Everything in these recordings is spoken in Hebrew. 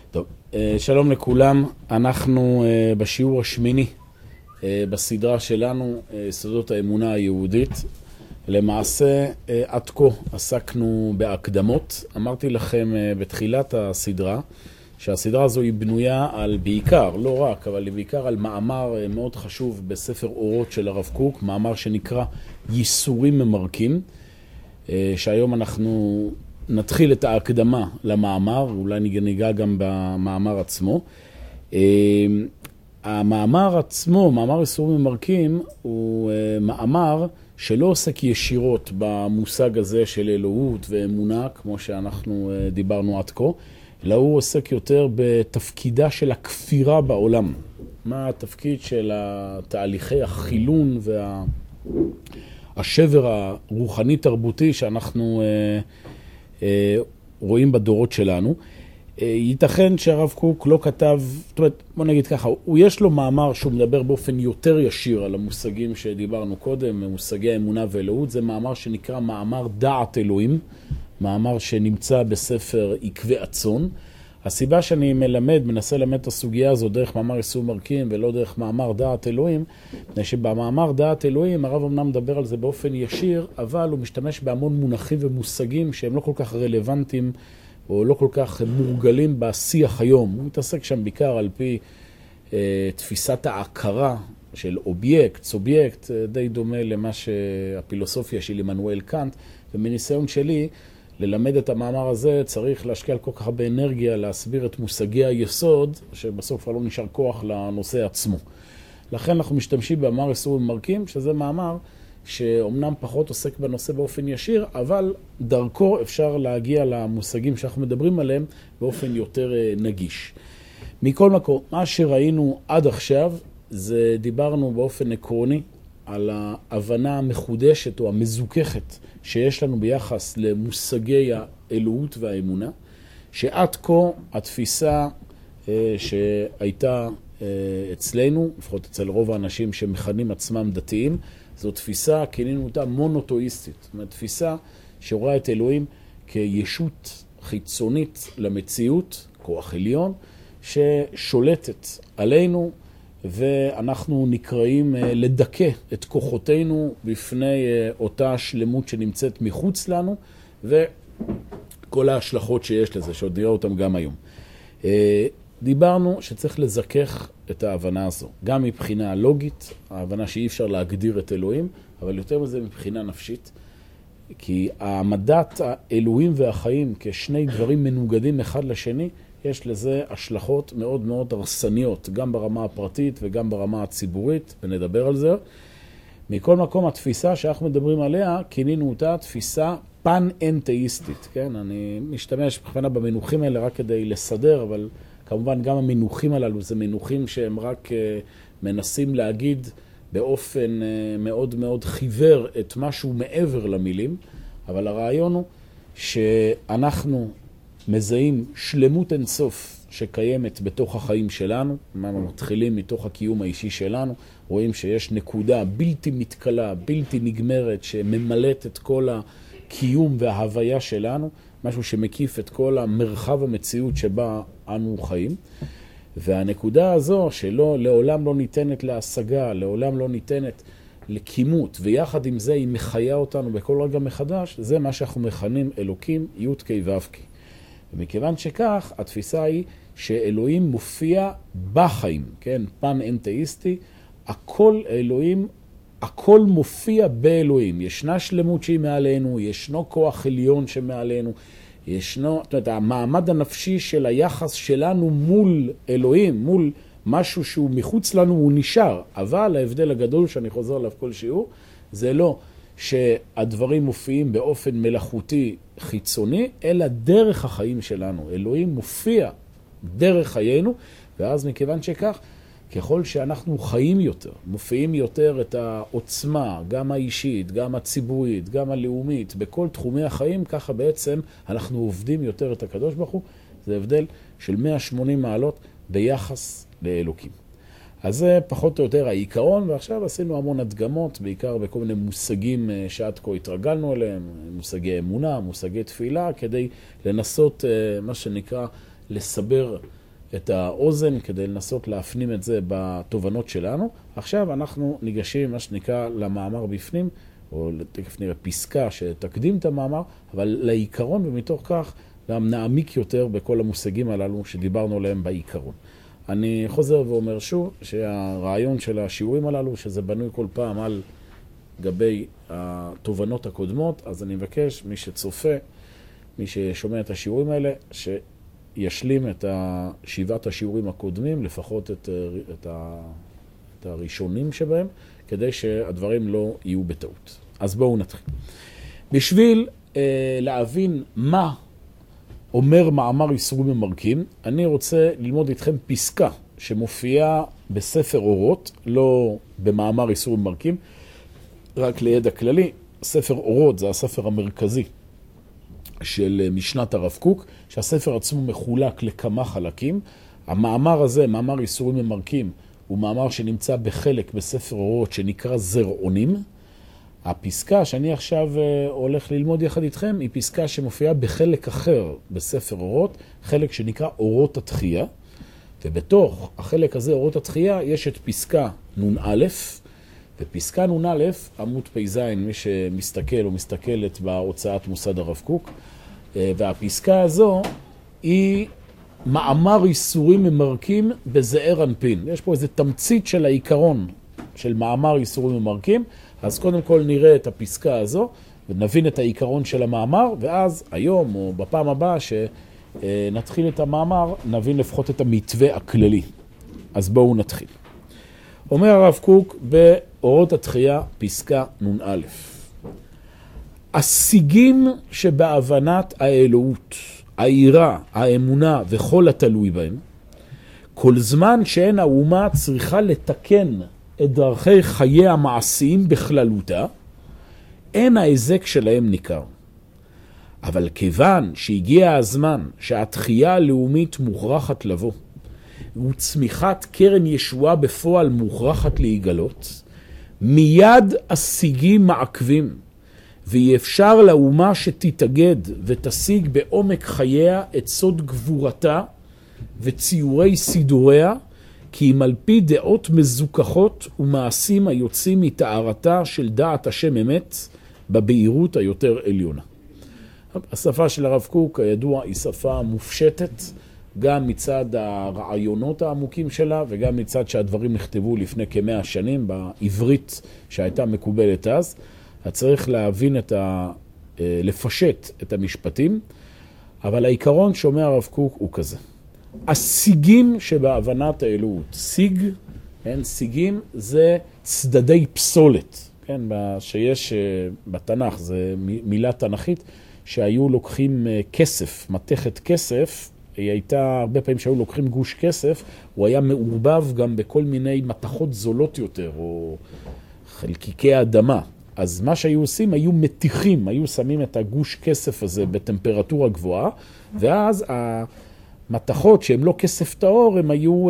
טוב, שלום לכולם. אנחנו בשיעור השמיני בסדרה שלנו, יסודות האמונה היהודית. למעשה, עד כה עסקנו בהקדמות. אמרתי לכם בתחילת הסדרה, שהסדרה הזו היא בנויה על בעיקר, לא רק, אבל בעיקר על מאמר מאוד חשוב בספר אורות של הרב קוק, מאמר שנקרא ייסורים ממרקים, שהיום אנחנו נתחיל את ההקדמה למאמר, אולי ניגע גם במאמר עצמו. המאמר עצמו, מאמר ייסורים ממרקים, הוא מאמר שלא עוסק ישירות במושג הזה של אלוהות ואמונה, כמו שאנחנו דיברנו עד כה, אלא הוא עוסק יותר בתפקידה של הכפירה בעולם. מה התפקיד של תהליכי החילון והשבר הרוחני-תרבותי שאנחנו רואים בדורות שלנו. ייתכן שהרב קוק לא כתב, זאת אומרת, בוא נגיד ככה, הוא יש לו מאמר שהוא מדבר באופן יותר ישיר על המושגים שדיברנו קודם, מושגי האמונה ואלוהות. זה מאמר שנקרא מאמר דעת אלוהים, מאמר שנמצא בספר עקבי הצאן. הסיבה שאני מנסה ללמד את הסוגיה הזו דרך מאמר ייסורים ממרקים ולא דרך מאמר דעת אלוהים, מפני שבמאמר דעת אלוהים הרב אמנם מדבר על זה באופן ישיר, אבל הוא משתמש בהמון מונחים ומושגים שהם לא כל כך רלוונטיים או לא כל כך מורגלים בשיח היום. הוא מתעסק שם בעיקר על פי תפיסת ההכרה של אובייקט, סובייקט, די דומה למה שהפילוסופיה של עמנואל קאנט, ומניסיון שלי ללמד את המאמר הזה צריך להשקיע כל כך הרבה אנרגיה להסביר את מושגי היסוד, שבסוף לא נשאר כוח לנושא עצמו. לכן אנחנו משתמשים במאמר ייסורים ממרקים, שזה מאמר שאומנם פחות עוסק בנושא באופן ישיר, אבל דרכו אפשר להגיע למושגים שאנחנו מדברים עליהם באופן יותר נגיש. מכל מקום, מה שראינו עד עכשיו, זה דיברנו באופן עקרוני על ההבנה המחודשת או המזוככת שיש לנו ביחס למושגי האלוהות והאמונה, שעד כה התפיסה שהייתה אצלנו, לפחות אצל רוב האנשים שמכנים עצמם דתיים, זו תפיסה, כינינו אותה מונותואיסטית. זאת אומרת, תפיסה שרואה את אלוהים כישות חיצונית למציאות, כוח עליון, ששולטת עלינו, ואנחנו נקראים לדכא את כוחותינו בפני אותה שלמות שנמצאת מחוץ לנו, וכל ההשלכות שיש לזה, שעוד נראה אותם גם היום. דיברנו שצריך לזכך את ההבנה הזו, גם מבחינה לוגית, ההבנה שאי אפשר להגדיר את אלוהים, אבל יותר מזה מבחינה נפשית, כי העמדת האלוהים והחיים כשני דברים מנוגדים אחד לשני, יש לזה השלכות מאוד מאוד הרסניות, גם ברמה הפרטית וגם ברמה הציבורית, ונדבר על זה. מכל מקום, התפיסה שאנחנו מדברים עליה, כינינו אותה תפיסה פן-אנתאיסטית, כן? אני משתמש בכוונה במינוחים האלה רק כדי לסדר, אבל כמובן גם המינוחים הללו זה מינוחים שהם רק מנסים להגיד באופן מאוד מאוד חיוור את משהו מעבר למילים, אבל הרעיון הוא שאנחנו מזהים שלמות אינסוף שקיימת בתוך החיים שלנו, אנחנו מתחילים מתוך הקיום האישי שלנו, רואים שיש נקודה בלתי מתקלה, בלתי נגמרת, שממלאת את כל הקיום וההוויה שלנו, משהו שמקיף את כל המרחב המציאות שבה אנו חיים. והנקודה הזו שלא, לעולם לא ניתנת להשגה, לעולם לא ניתנת לכימות, ויחד עם זה היא מחיה אותנו בכל רגע מחדש, זה מה שאנחנו מכנים אלוקים, י' כ' ו' כ'. ומכיוון שכך, התפיסה היא שאלוהים מופיע בחיים, כן? פן-אנתאיסטי, הכל אלוהים, הכל מופיע באלוהים. ישנה שלמות שהיא מעלינו, ישנו כוח עליון שמעלינו, ישנו, זאת אומרת, המעמד הנפשי של היחס שלנו מול אלוהים, מול משהו שהוא מחוץ לנו, הוא נשאר. אבל ההבדל הגדול שאני חוזר עליו כל שיעור, זה לא שהדברים מופיעים באופן מלאכותי חיצוני, אלא דרך החיים שלנו. אלוהים מופיע דרך חיינו, ואז מכיוון שכך, ככל שאנחנו חיים יותר, מופיעים יותר את העוצמה, גם האישית, גם הציבורית, גם הלאומית, בכל תחומי החיים, ככה בעצם אנחנו עובדים יותר את הקדוש ברוך הוא. זה הבדל של 180 מעלות ביחס לאלוקים. אז זה פחות או יותר העיקרון, ועכשיו עשינו המון הדגמות, בעיקר בכל מיני מושגים שעד כה התרגלנו אליהם, מושגי אמונה, מושגי תפילה, כדי לנסות מה שנקרא לסבר את האוזן כדי לנסות להפנים את זה בתובנות שלנו. עכשיו אנחנו ניגשים, מה שנקרא, למאמר בפנים, או תכף נראה פסקה שתקדים את המאמר, אבל לעיקרון, ומתוך כך גם נעמיק יותר בכל המושגים הללו שדיברנו עליהם בעיקרון. אני חוזר ואומר שוב שהרעיון של השיעורים הללו, שזה בנוי כל פעם על גבי התובנות הקודמות, אז אני מבקש, מי שצופה, מי ששומע את השיעורים האלה, שישלים את שבעת השיעורים הקודמים, לפחות את הראשונים שבהם, כדי שהדברים לא יהיו בטעות. אז בואו נתחיל. בשביל להבין מה אומר מאמר איסורים ממרקים, אני רוצה ללמוד איתכם פסקה שמופיעה בספר אורות, לא במאמר איסורים ממרקים, רק לידע כללי. ספר אורות זה הספר המרכזי של משנת הרב קוק, שהספר עצמו מחולק לכמה חלקים. המאמר הזה, מאמר איסורים ממרקים, הוא מאמר שנמצא בחלק בספר אורות שנקרא זרעונים. הפסקה שאני עכשיו הולך ללמוד יחד איתכם היא פסקה שמופיעה בחלק אחר בספר אורות, חלק שנקרא אורות התחייה, ובתוך החלק הזה, אורות התחייה, יש את פסקה נ"א, ופסקה נ"א, עמוד פ"ז, מי שמסתכל או מסתכלת בהוצאת מוסד הרב קוק, והפסקה הזו היא מאמר איסורים ממרקים בזעיר אנפין. יש פה איזה תמצית של העיקרון של מאמר איסורים ממרקים, אז קודם כל נראה את הפסקה הזו, ונבין את העיקרון של המאמר, ואז היום או בפעם הבאה שנתחיל את המאמר, נבין לפחות את המתווה הכללי. אז בואו נתחיל. אומר הרב קוק באורות התחייה, פסקה נ"א. השיגים שבהבנת האלוהות, העירה, האמונה וכל התלוי בהם, כל זמן שאין האומה צריכה לתקן את דרכי חיי המעשיים בכללותה, אין ההיזק שלהם ניכר. אבל כיוון שהגיע הזמן שהתחייה הלאומית מוכרחת לבוא, וצמיחת קרן ישועה בפועל מוכרחת להיגלות, מיד השיגים מעכבים, ואי אפשר לאומה שתתאגד ותשיג בעומק חייה את סוד גבורתה וציורי סידוריה, כי אם על פי דעות מזוכחות ומעשים היוצאים מתארתה של דעת השם אמת, בבהירות היותר עליונה. השפה של הרב קוק, הידוע, היא שפה מופשטת, גם מצד הרעיונות העמוקים שלה, וגם מצד שהדברים נכתבו לפני כ100 שנים, בעברית שהייתה מקובלת אז. צריך להבין לפשט את המשפטים, אבל העיקרון שאומר הרב קוק הוא כזה. השיגים שבהבנת האלוהות, שיגים זה צדדי פסולת, כן, שיש בתנ"ך, זה מילה תנ"כית, שהיו לוקחים כסף, מתכת כסף, היא הייתה, הרבה פעמים שהיו לוקחים גוש כסף, הוא היה מעורבב גם בכל מיני מתכות זולות יותר, או חלקיקי אדמה. אז מה שהיו עושים, היו מתיכים, היו שמים את הגוש כסף הזה בטמפרטורה גבוהה, ואז המתכות שהן לא כסף טהור, הן היו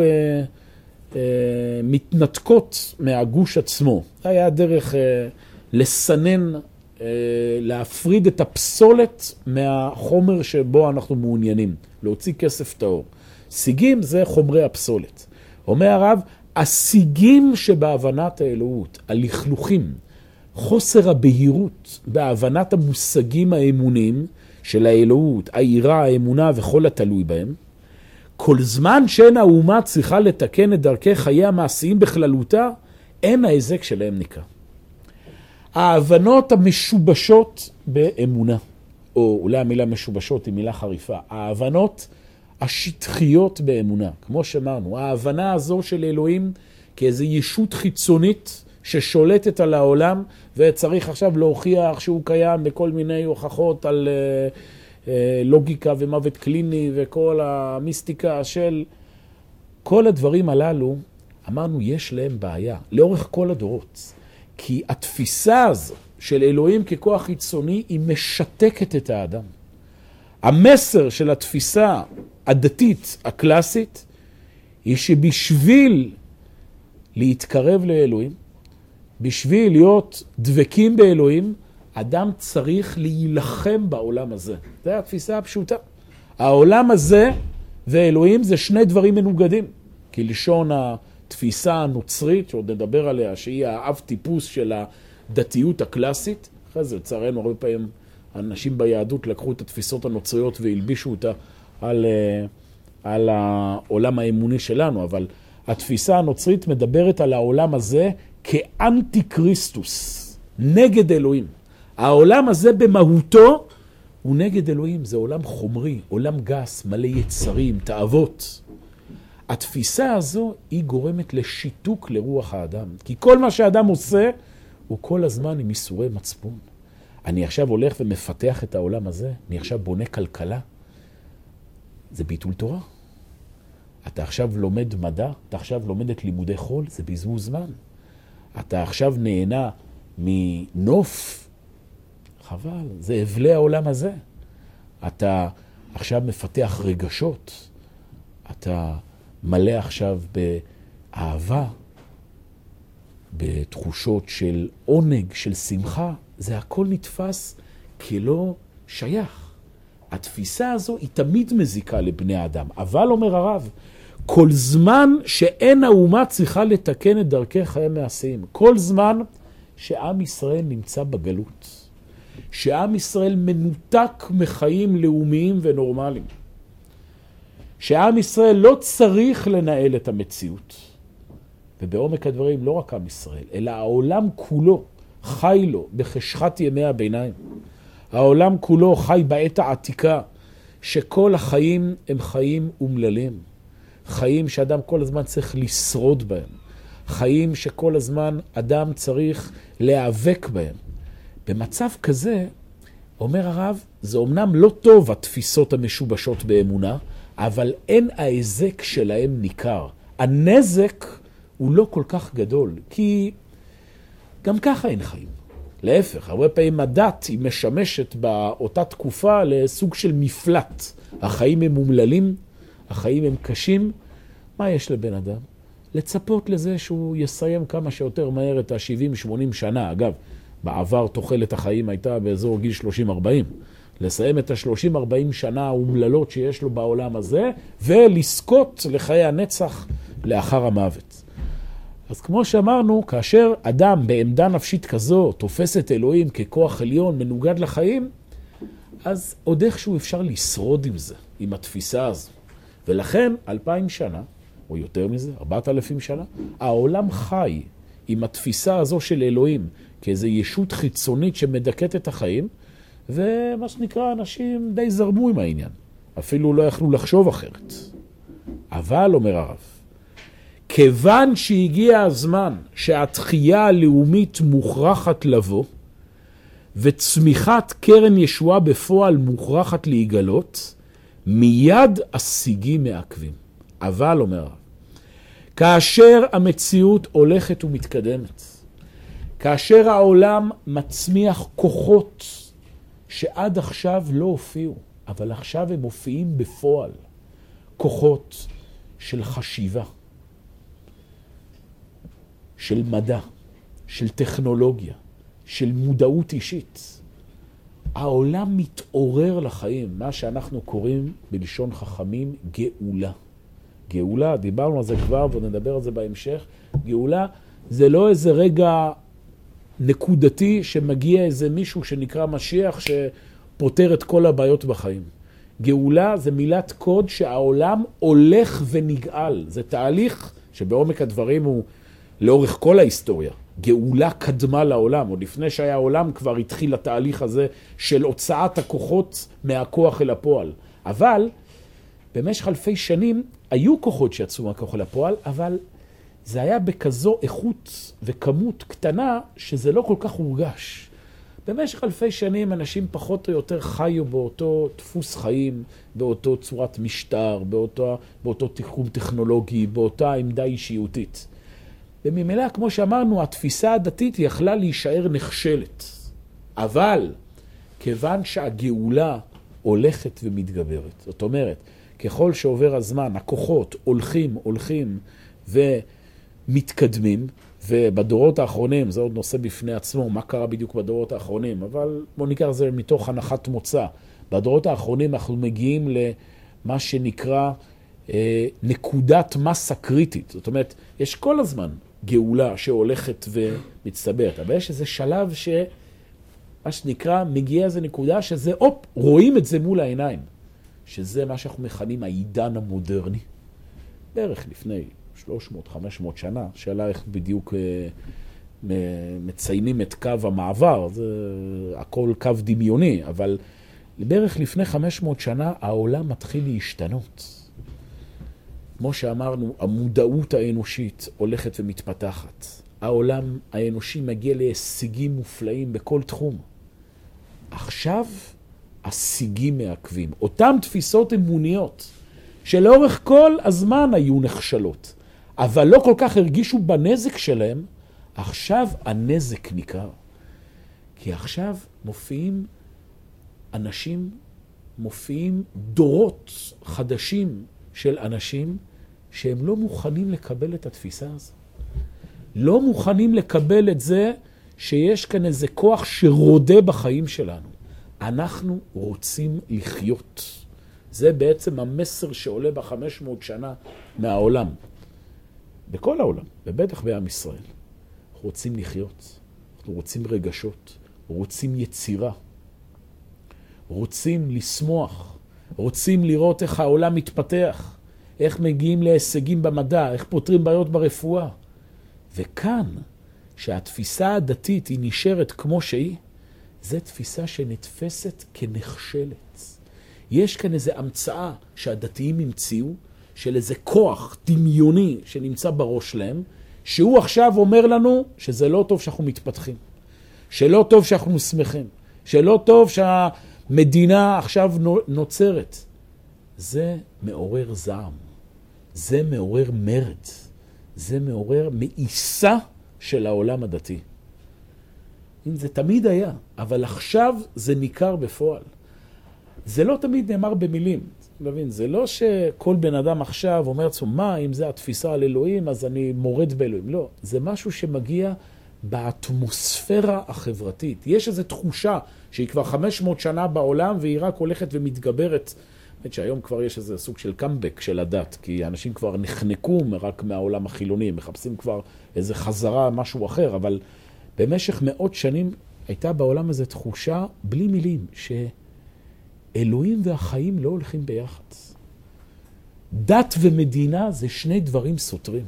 מתנתקות מהגוש עצמו. זה היה דרך לסנן, להפריד את הפסולת מהחומר שבו אנחנו מעוניינים, להוציא כסף טהור. שיגים זה חומרי הפסולת. אומר הרב, השיגים שבהבנת האלוהות, הלכלוכים, חוסר הבהירות בהבנת המושגים האמוניים של האלוהות, העירה, האמונה וכל התלוי בהם, כל זמן שאין האומה צריכה לתקן את דרכי חיי המעשיים בכללותה, אין ההיזק שלהם ניכר. ההבנות המשובשות באמונה, או אולי המילה משובשות היא מילה חריפה, ההבנות השטחיות באמונה, כמו שאמרנו, ההבנה הזו של אלוהים כאיזו ישות חיצונית ששולטת על העולם, וצריך עכשיו להוכיח שהוא קיים בכל מיני הוכחות על לוגיקה ומוות קליני וכל המיסטיקה של כל הדברים הללו. אמרנו, יש להם בעיה לאורך כל הדורות, כי התפיסה הזו של אלוהים ככוח חיצוני היא משתקת את האדם. המסר של התפיסה הדתית הקלאסית היא שבשביל להתקרב לאלוהים, בשביל להיות דבקים באלוהים, אדם צריך להילחם בעולם הזה. זו התפיסה הפשוטה. העולם הזה ואלוהים זה שני דברים מנוגדים. כי לשון התפיסה הנוצרית, שעוד נדבר עליה, שהיא האב טיפוס של הדתיות הקלאסית, אחרי זה לצערנו הרבה פעמים אנשים ביהדות לקחו את התפיסות הנוצריות והלבישו אותה על העולם האמוני שלנו, אבל התפיסה הנוצרית מדברת על העולם הזה כאנטי קריסטוס, נגד אלוהים. העולם הזה במהותו הוא נגד אלוהים, זה עולם חומרי, עולם גס, מלא יצרים, תאוות. התפיסה הזו היא גורמת לשיתוק לרוח האדם, כי כל מה שהאדם עושה הוא כל הזמן עם איסורי מצפון. אני עכשיו הולך ומפתח את העולם הזה, אני עכשיו בונה כלכלה. זה ביטול תורה. אתה עכשיו לומד מדע, אתה עכשיו לומד את לימודי חול, זה בזבוז זמן. אתה עכשיו נהנה מנוף, חבל, זה הבלי העולם הזה. אתה עכשיו מפתח רגשות, אתה מלא עכשיו באהבה, בתחושות של עונג, של שמחה, זה הכל נתפס כלא שייך. התפיסה הזו היא תמיד מזיקה לבני האדם, אבל אומר הרב, כל זמן שאין האומה צריכה לתקן את דרכי חיי מעשיים, כל זמן שעם ישראל נמצא בגלות, שעם ישראל מנותק מחיים לאומיים ונורמליים, שעם ישראל לא צריך לנהל את המציאות, ובעומק הדברים לא רק עם ישראל, אלא העולם כולו חי לו בחשכת ימי הביניים. העולם כולו חי בעת העתיקה, שכל החיים הם חיים אומללים. חיים שאדם כל הזמן צריך לשרוד בהם. חיים שכל הזמן אדם צריך להיאבק בהם. במצב כזה, אומר הרב, זה אומנם לא טוב התפיסות המשובשות באמונה, אבל אין ההיזק שלהם ניכר. הנזק הוא לא כל כך גדול, כי גם ככה אין חיים. להפך, הרבה פעמים הדת היא משמשת באותה תקופה לסוג של מפלט. החיים הם מומללים, החיים הם קשים. מה יש לבן אדם? לצפות לזה שהוא יסיים כמה שיותר מהר את ה-70-80 שנה. אגב, בעבר תוחלת החיים הייתה באזור גיל 30-40. לסיים את ה-30-40 שנה האומללות שיש לו בעולם הזה, ולזכות לחיי הנצח לאחר המוות. אז כמו שאמרנו, כאשר אדם בעמדה נפשית כזו תופס את אלוהים ככוח עליון מנוגד לחיים, אז עוד איכשהו אפשר לשרוד עם זה, עם התפיסה הזו. ולכן 2000 שנה, או יותר מזה, 4000 שנה, העולם חי עם התפיסה הזו של אלוהים, כאיזו ישות חיצונית שמדכאת את החיים, ומה שנקרא, אנשים די זרמו עם העניין. אפילו לא יכלו לחשוב אחרת. אבל, אומר הרב, כיוון שהגיע הזמן שהתחייה הלאומית מוכרחת לבוא, וצמיחת קרן ישועה בפועל מוכרחת להיגלות, מיד השיגים מעכבים. אבל, אומר הרב, כאשר המציאות הולכת ומתקדמת, כאשר העולם מצמיח כוחות שעד עכשיו לא הופיעו, אבל עכשיו הם מופיעים בפועל, כוחות של חשיבה, של מדע, של טכנולוגיה, של מודעות אישית. העולם מתעורר לחיים, מה שאנחנו קוראים בלשון חכמים גאולה. גאולה, דיברנו על זה כבר ונדבר על זה בהמשך. גאולה זה לא איזה רגע נקודתי שמגיע איזה מישהו שנקרא משיח שפותר את כל הבעיות בחיים. גאולה זה מילת קוד שהעולם הולך ונגאל. זה תהליך שבעומק הדברים הוא לאורך כל ההיסטוריה. גאולה קדמה לעולם, עוד לפני שהיה העולם כבר התחיל התהליך הזה של הוצאת הכוחות מהכוח אל הפועל. אבל במשך אלפי שנים היו כוחות שיצאו מהכוח אל הפועל, אבל זה היה בכזו איכות וכמות קטנה שזה לא כל כך הורגש. במשך אלפי שנים אנשים פחות או יותר חיו באותו דפוס חיים, באותו צורת משטר, באותו תחום טכנולוגי, באותה עמדה אישיותית. וממילא, כמו שאמרנו, התפיסה הדתית יכלה להישאר נכשלת. אבל כיוון שהגאולה הולכת ומתגברת, זאת אומרת, ככל שעובר הזמן, הכוחות הולכים ומתקדמים, ובדורות האחרונים, זה עוד נושא בפני עצמו, מה קרה בדיוק בדורות האחרונים, אבל בוא ניקח זה מתוך הנחת מוצא. בדורות האחרונים אנחנו מגיעים למה שנקרא נקודת מסה קריטית. זאת אומרת, יש כל הזמן גאולה שהולכת ומצטברת, אבל יש איזה שלב מה שנקרא, מגיע איזה נקודה שזה, רואים את זה מול העיניים, שזה מה שאנחנו מכנים העידן המודרני. בערך לפני 300-500 שנה, שאלה איך בדיוק מציינים את קו המעבר, זה הכל קו דמיוני, אבל בערך לפני 500 שנה העולם מתחיל להשתנות. כמו שאמרנו, המודעות האנושית הולכת ומתפתחת. העולם האנושי מגיע להישגים מופלאים בכל תחום. עכשיו השיגים מעכבים. אותם תפיסות אמוניות שלאורך כל הזמן היו נכשלות, אבל לא כל כך הרגישו בנזק שלהם, עכשיו הנזק ניכר. כי עכשיו מופיעים דורות חדשים של אנשים שהם לא מוכנים לקבל את התפיסה הזו. לא מוכנים לקבל את זה שיש כאן איזה כוח שרודה בחיים שלנו. אנחנו רוצים לחיות. זה בעצם המסר שעולה ב500 שנה מהעולם. בכל העולם, ובטח בעם ישראל. אנחנו רוצים לחיות. אנחנו רוצים רגשות. רוצים יצירה. רוצים לשמוח. רוצים לראות איך העולם מתפתח. איך מגיעים להישגים במדע. איך פותרים בעיות ברפואה. וכאן, שהתפיסה הדתית היא נשארת כמו שהיא, זו תפיסה שנתפסת כנכשלת. יש כאן איזו המצאה שהדתיים המציאו, של איזה כוח דמיוני שנמצא בראש להם, שהוא עכשיו אומר לנו שזה לא טוב שאנחנו מתפתחים, שלא טוב שאנחנו שמחים, שלא טוב שהמדינה עכשיו נוצרת. זה מעורר זעם, זה מעורר מרד, זה מעורר מאיסה של העולם הדתי. זה תמיד היה, אבל עכשיו זה ניכר בפועל. זה לא תמיד נאמר במילים. זה לא שכל בן אדם עכשיו אומר לעצמו, מה, אם זה התפיסה על אלוהים, אז אני מורד באלוהים. לא, זה משהו שמגיע באטמוספירה החברתית. יש איזו תחושה שהיא כבר 500 שנה בעולם, והיא רק הולכת ומתגברת. באמת שהיום כבר יש איזה סוג של קאמבק של הדת, כי אנשים כבר נחנקו רק מהעולם החילוני, הם מחפשים כבר איזה חזרה, משהו אחר, אבל במשך מאות שנים הייתה בעולם איזו תחושה בלי מילים, שאלוהים והחיים לא הולכים ביחד. דת ומדינה זה שני דברים סותרים.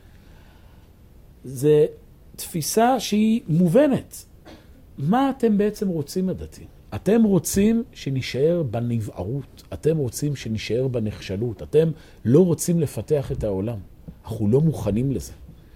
זה תפיסה שהיא מובנת. מה אתם בעצם רוצים הדתיים? אתם רוצים שנשאר בנבערות, אתם רוצים שנשאר בנכשלות, אתם לא רוצים לפתח את העולם. אנחנו לא מוכנים לזה.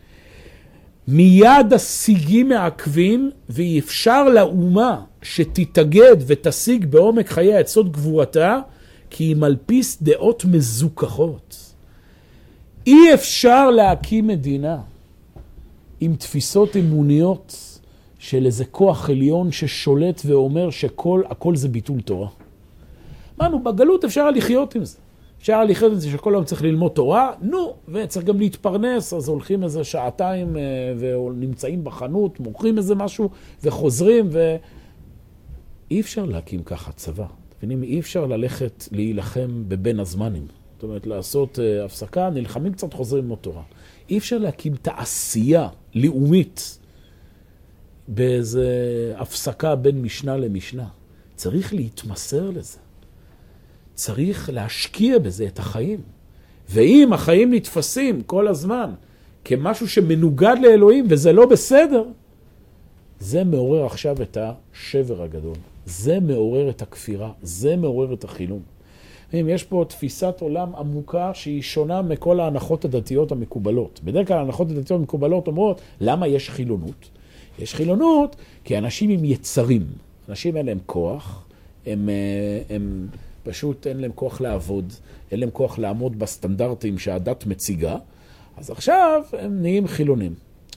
מיד השיגים מעכבים, ואי אפשר לאומה שתתאגד ותשיג בעומק חיי את סוד גבורתה, כי היא מלפיס דעות מזוכחות. אי אפשר להקים מדינה עם תפיסות אמוניות של איזה כוח עליון ששולט ואומר שהכל זה ביטול תורה. אמרנו, בגלות אפשר לחיות עם זה. אפשר לחיות עם זה שכל היום צריך ללמוד תורה, וצריך גם להתפרנס, אז הולכים איזה שעתיים ונמצאים בחנות, מוכרים איזה משהו וחוזרים, אי אפשר להקים ככה צבא. אי אפשר ללכת להילחם בבין הזמנים. זאת אומרת, לעשות הפסקה, נלחמים קצת, חוזרים ללמוד תורה. אי אפשר להקים תעשייה לאומית באיזו הפסקה בין משנה למשנה. צריך להתמסר לזה. צריך להשקיע בזה את החיים. ואם החיים נתפסים כל הזמן כמשהו שמנוגד לאלוהים וזה לא בסדר, זה מעורר עכשיו את השבר הגדול. זה מעורר את הכפירה. זה מעורר את החילון. יש פה תפיסת עולם עמוקה שהיא שונה מכל ההנחות הדתיות המקובלות. בדרך כלל ההנחות הדתיות המקובלות אומרות, למה יש חילונות? יש חילונות כי אנשים עם יצרים. אנשים אין להם כוח, הם פשוט אין להם כוח לעבוד, אין להם כוח לעמוד בסטנדרטים שהדת מציגה, אז עכשיו הם נהיים חילונים.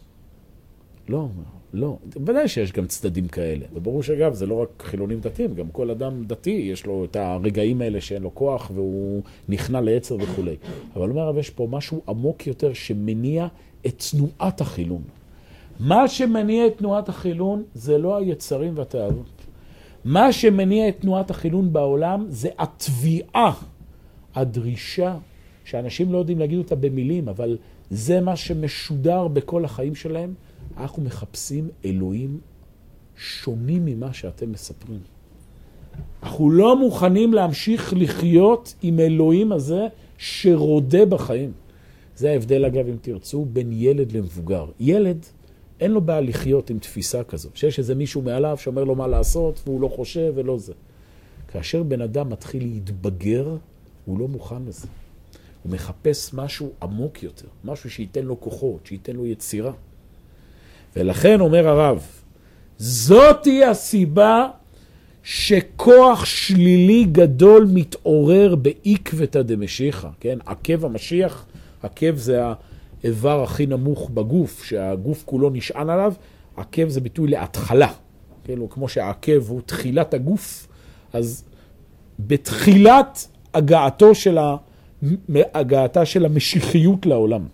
לא. ודאי שיש גם צדדים כאלה. וברור שאגב, זה לא רק חילונים דתיים, גם כל אדם דתי יש לו את הרגעים האלה שאין לו כוח והוא נכנע ליצר וכו'. אבל אומר הרב, יש פה משהו עמוק יותר שמניע את תנועת החילון. מה שמניע את תנועת החילון זה לא היצרים והתאוות. מה שמניע את תנועת החילון בעולם זה התביעה, הדרישה שאנשים לא יודעים להגיד אותה במילים, אבל זה מה שמשודר בכל החיים שלהם. אנחנו מחפשים אלוהים שונים ממה שאתם מספרים. אנחנו לא מוכנים להמשיך לחיות עם אלוהים הזה שרודה בחיים. זה ההבדל, אגב, אם תרצו, בין ילד למבוגר. ילד, אין לו בעיה לחיות עם תפיסה כזו, שיש איזה מישהו מעליו שאומר לו מה לעשות, והוא לא חושב ולא זה. כאשר בן אדם מתחיל להתבגר, הוא לא מוכן לזה. הוא מחפש משהו עמוק יותר, משהו שייתן לו כוחות, שייתן לו יצירה. ולכן אומר הרב, זאת היא הסיבה שכוח שלילי גדול מתעורר בעקבתא דמשיחא, כן? עקב המשיח, עקב זה האיבר הכי נמוך בגוף, שהגוף כולו נשען עליו, עקב זה ביטוי להתחלה, כן? כמו שהעקב הוא תחילת הגוף, אז בתחילת הגעתה של המשיחיות לעולם.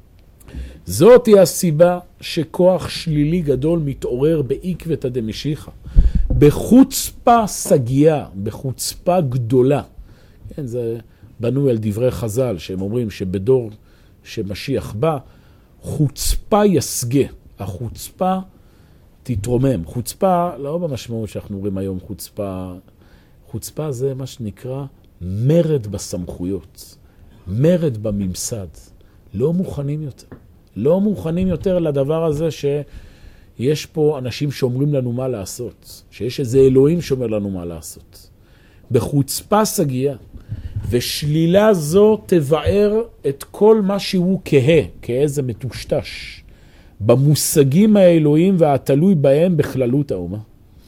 זאת היא הסיבה שכוח שלילי גדול מתעורר בעקבתא דמשיחא, בחוצפה סגיה, בחוצפה גדולה. כן, זה בנוי על דברי חז"ל, שהם אומרים שבדור שמשיח בא, חוצפה יסגה, החוצפה תתרומם. חוצפה, לא במשמעות שאנחנו אומרים היום חוצפה, חוצפה זה מה שנקרא מרד בסמכויות, מרד בממסד. לא מוכנים יותר. לא מוכנים יותר לדבר הזה שיש פה אנשים שאומרים לנו מה לעשות, שיש איזה אלוהים שאומר לנו מה לעשות. בחוצפה סגיה, ושלילה זו תבער את כל מה שהוא כאיזה מטושטש, במושגים האלוהים והתלוי בהם בכללות האומה.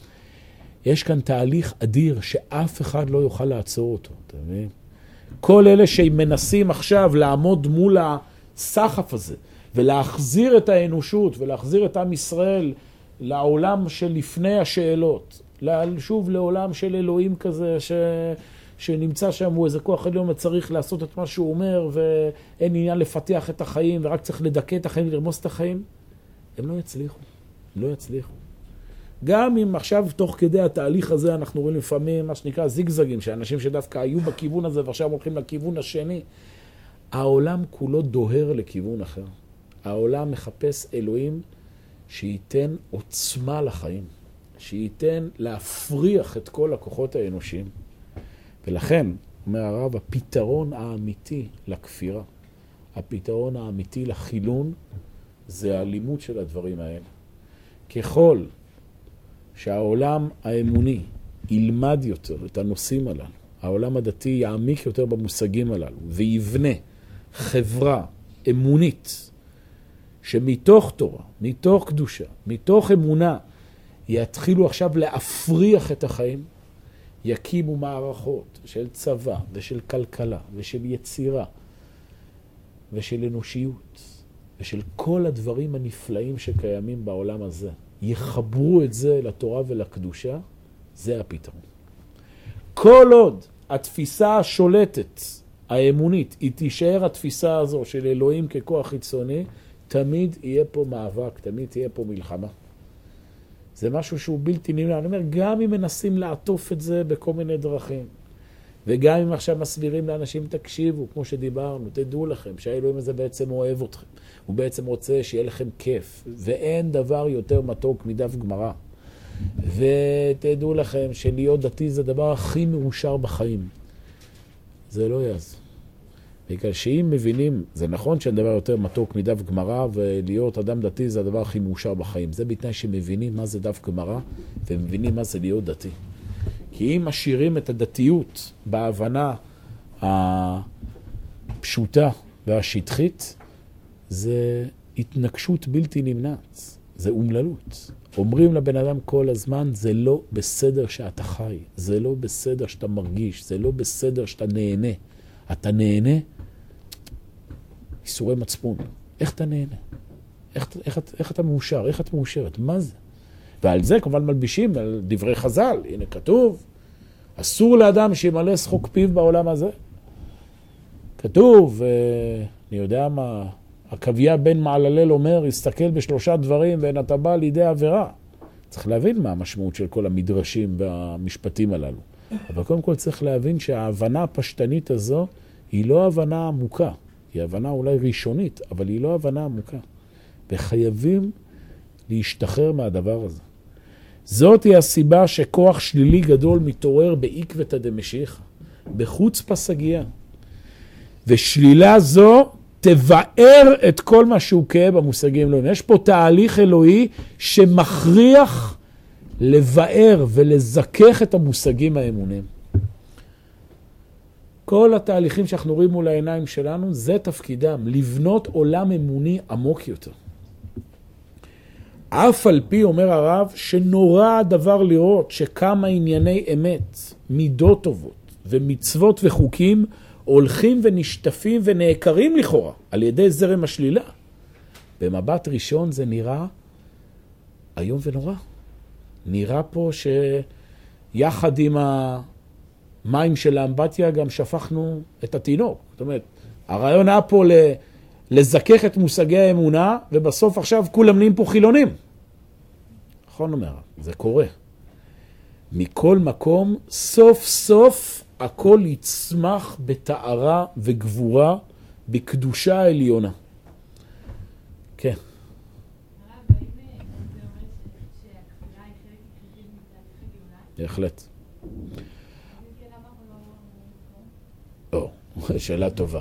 יש כאן תהליך אדיר שאף אחד לא יוכל לעצור אותו, אתה מבין? כל אלה שמנסים עכשיו לעמוד מול הסחף הזה, ולהחזיר את האנושות, ולהחזיר את עם ישראל לעולם שלפני השאלות, שוב לעולם של אלוהים כזה שנמצא שם, הוא איזה כוח עליון וצריך לעשות את מה שהוא אומר, ואין עניין לפתח את החיים, ורק צריך לדכא את החיים ולרמוס את החיים. הם לא יצליחו, הם לא יצליחו. גם אם עכשיו תוך כדי התהליך הזה אנחנו רואים לפעמים מה שנקרא זיגזגים, שאנשים שדווקא היו בכיוון הזה ועכשיו הולכים לכיוון השני, העולם כולו דוהר לכיוון אחר. העולם מחפש אלוהים שייתן עוצמה לחיים, שייתן להפריח את כל הכוחות האנושיים. ולכן, אומר הרב, הפתרון האמיתי לכפירה, הפתרון האמיתי לחילון, זה הלימוד של הדברים האלה. ככל שהעולם האמוני ילמד יותר את הנושאים הללו, העולם הדתי יעמיק יותר במושגים הללו, ויבנה חברה אמונית, שמתוך תורה, מתוך קדושה, מתוך אמונה, יתחילו עכשיו להפריח את החיים, יקימו מערכות של צבא ושל כלכלה ושל יצירה ושל אנושיות ושל כל הדברים הנפלאים שקיימים בעולם הזה. יחברו את זה לתורה ולקדושה, זה הפתרון. כל עוד התפיסה השולטת, האמונית, היא תישאר התפיסה הזו של אלוהים ככוח חיצוני, תמיד יהיה פה מאבק, תמיד תהיה פה מלחמה. זה משהו שהוא בלתי נמנע. אני אומר, גם אם מנסים לעטוף את זה בכל מיני דרכים, וגם אם עכשיו מסבירים לאנשים, תקשיבו, כמו שדיברנו, תדעו לכם שהאלוהים הזה בעצם אוהב אתכם. הוא בעצם רוצה שיהיה לכם כיף, ואין דבר יותר מתוק מדף גמרא. ותדעו לכם שלהיות דתי זה הדבר הכי מאושר בחיים. זה לא יעזור. בגלל שאם מבינים, זה נכון שהדבר יותר מתוק מדף גמרא, ולהיות אדם דתי זה הדבר הכי מאושר בחיים. זה בתנאי שמבינים מה זה דף גמרא, ומבינים מה זה להיות דתי. כי אם משאירים את הדתיות בהבנה הפשוטה והשטחית, זה התנגשות בלתי נמנעת, זה אומללות. אומרים לבן אדם כל הזמן, זה לא בסדר שאתה חי, זה לא בסדר שאתה מרגיש, זה לא בסדר שאתה נהנה. אתה נהנה, איסורי מצפון. איך אתה נהנה? איך אתה מאושר? איך את מאושרת? מה זה? ועל זה כמובן מלבישים על דברי חז"ל. הנה כתוב, אסור לאדם שימלא שחוק פיו בעולם הזה. כתוב, אני יודע מה, עקביה בן מעללל אומר, הסתכל בשלושה דברים ואין אתה בא לידי עבירה. צריך להבין מה המשמעות של כל המדרשים והמשפטים הללו. אבל קודם כל צריך להבין שההבנה הפשטנית הזו היא לא הבנה עמוקה. היא הבנה אולי ראשונית, אבל היא לא הבנה עמוקה. וחייבים להשתחרר מהדבר הזה. זאת היא הסיבה שכוח שלילי גדול מתעורר בעקבתא דמשיחא, בחוץ פסגיה. ושלילה זו תבאר את כל מה שהוא קהה במושגים אלוהים. יש פה תהליך אלוהי שמכריח לבאר ולזכך את המושגים האמוניים. כל התהליכים שאנחנו רואים מול העיניים שלנו, זה תפקידם, לבנות עולם אמוני עמוק יותר. אף על פי, אומר הרב, שנורא הדבר לראות שכמה ענייני אמת, מידות טובות ומצוות וחוקים, הולכים ונשטפים ונעקרים לכאורה על ידי זרם השלילה. במבט ראשון זה נראה איום ונורא. נראה פה שיחד עם המים של האמבטיה גם שפכנו את התינוק. זאת אומרת, הרעיון היה פה לזכך את מושגי האמונה, ובסוף עכשיו כולם נהיים פה חילונים. נכון אומר, זה קורה. מכל מקום, סוף סוף הכל יצמח בתארה וגבורה, בקדושה העליונה. כן. הרב, האם זה אומר שהכפירה היא חלק הכרחי מתהליך הגאולה? בהחלט. למה אנחנו לא... שאלה טובה.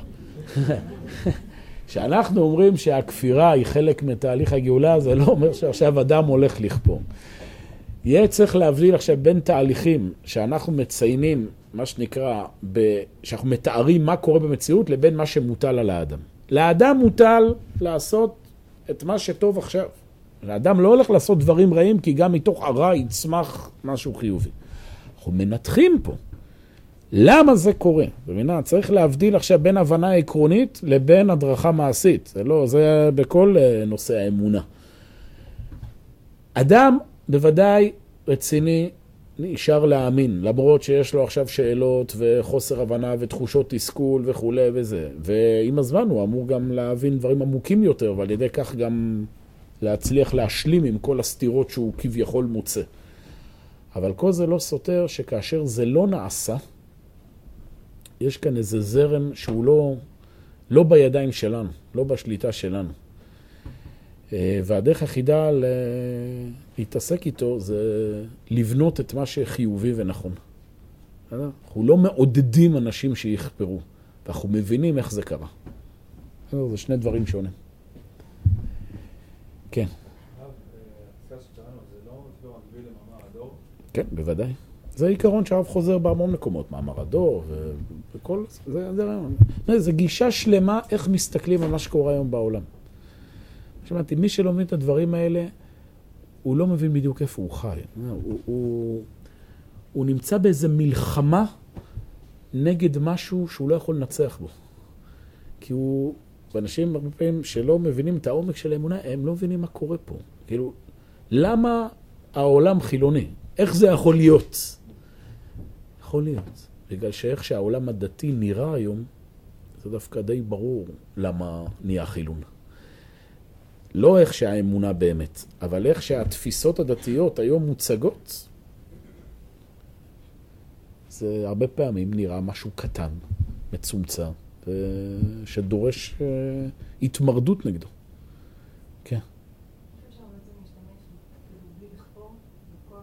כשאנחנו אומרים שהכפירה היא חלק מתהליך הגאולה, זה לא אומר שעכשיו אדם הולך לכפור. יהיה צריך להבדיל עכשיו בין תהליכים שאנחנו מציינים, מה שנקרא, שאנחנו מתארים מה קורה במציאות, לבין מה שמוטל על האדם. לאדם מוטל לעשות את מה שטוב עכשיו. לאדם לא הולך לעשות דברים רעים, כי גם מתוך הרע יצמח משהו חיובי. אנחנו מנתחים פה. למה זה קורה? במינה, צריך להבדיל עכשיו בין הבנה עקרונית לבין הדרכה מעשית. זה בכל נושא האמונה. אדם בוודאי רציני נשאר להאמין, למרות שיש לו עכשיו שאלות וחוסר הבנה ותחושות תסכול וכו' וזה. ועם הזמן הוא אמור גם להבין דברים עמוקים יותר, ועל ידי כך גם להצליח להשלים עם כל הסתירות שהוא כביכול מוצא. אבל כל זה לא סותר שכאשר זה לא נעשה, יש כאן איזה זרם שהוא לא בידיים שלנו, לא בשליטה שלנו. והדרך היחידה להתעסק איתו זה לבנות את מה שחיובי ונכון. אנחנו לא מעודדים אנשים שיכפרו, ואנחנו מבינים איך זה קרה. זה שני דברים שונים. כן. התפיסה שטענו, זה לא מקביל למאמר הדור? כן, בוודאי. זה עיקרון שהרב חוזר בהמון מקומות, מאמר הדור וכל זה גישה שלמה איך מסתכלים על מה שקורה היום בעולם. שמעתי, מי שלא מבין את הדברים האלה, הוא לא מבין בדיוק איפה הוא חי. הוא נמצא באיזו מלחמה נגד משהו שהוא לא יכול לנצח בו. כי אנשים הרבה פעמים שלא מבינים את העומק של האמונה, הם לא מבינים מה קורה פה. כאילו, למה העולם חילוני? איך זה יכול להיות? יכול להיות. בגלל שאיך שהעולם הדתי נראה היום, זה דווקא די ברור למה נהיה חילון. לא איך שהאמונה באמת, אבל איך שהתפיסות הדתיות היום מוצגות, זה הרבה פעמים נראה משהו קטן, מצומצם, שדורש התמרדות נגדו. כן. אפשר בעצם להשתמש בלי לכפור בכוח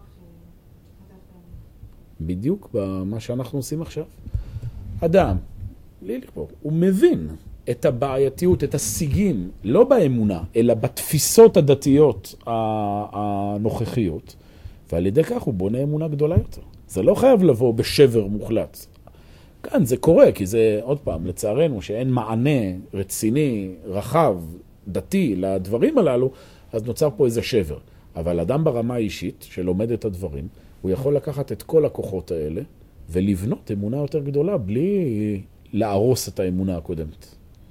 שחטף בדיוק במה שאנחנו עושים עכשיו. אדם, בלי לכפור, הוא מבין את הבעייתיות, את השיגים, לא באמונה, אלא בתפיסות הדתיות הנוכחיות, ועל ידי כך הוא בונה אמונה גדולה יותר. זה לא חייב לבוא בשבר מוחלט. כאן זה קורה, כי זה, עוד פעם, לצערנו, שאין מענה רציני, רחב, דתי לדברים הללו, אז נוצר פה איזה שבר. אבל אדם ברמה האישית, שלומד את הדברים, הוא יכול לקחת את כל הכוחות האלה, ולבנות אמונה יותר גדולה, בלי להרוס את האמונה הקודמת.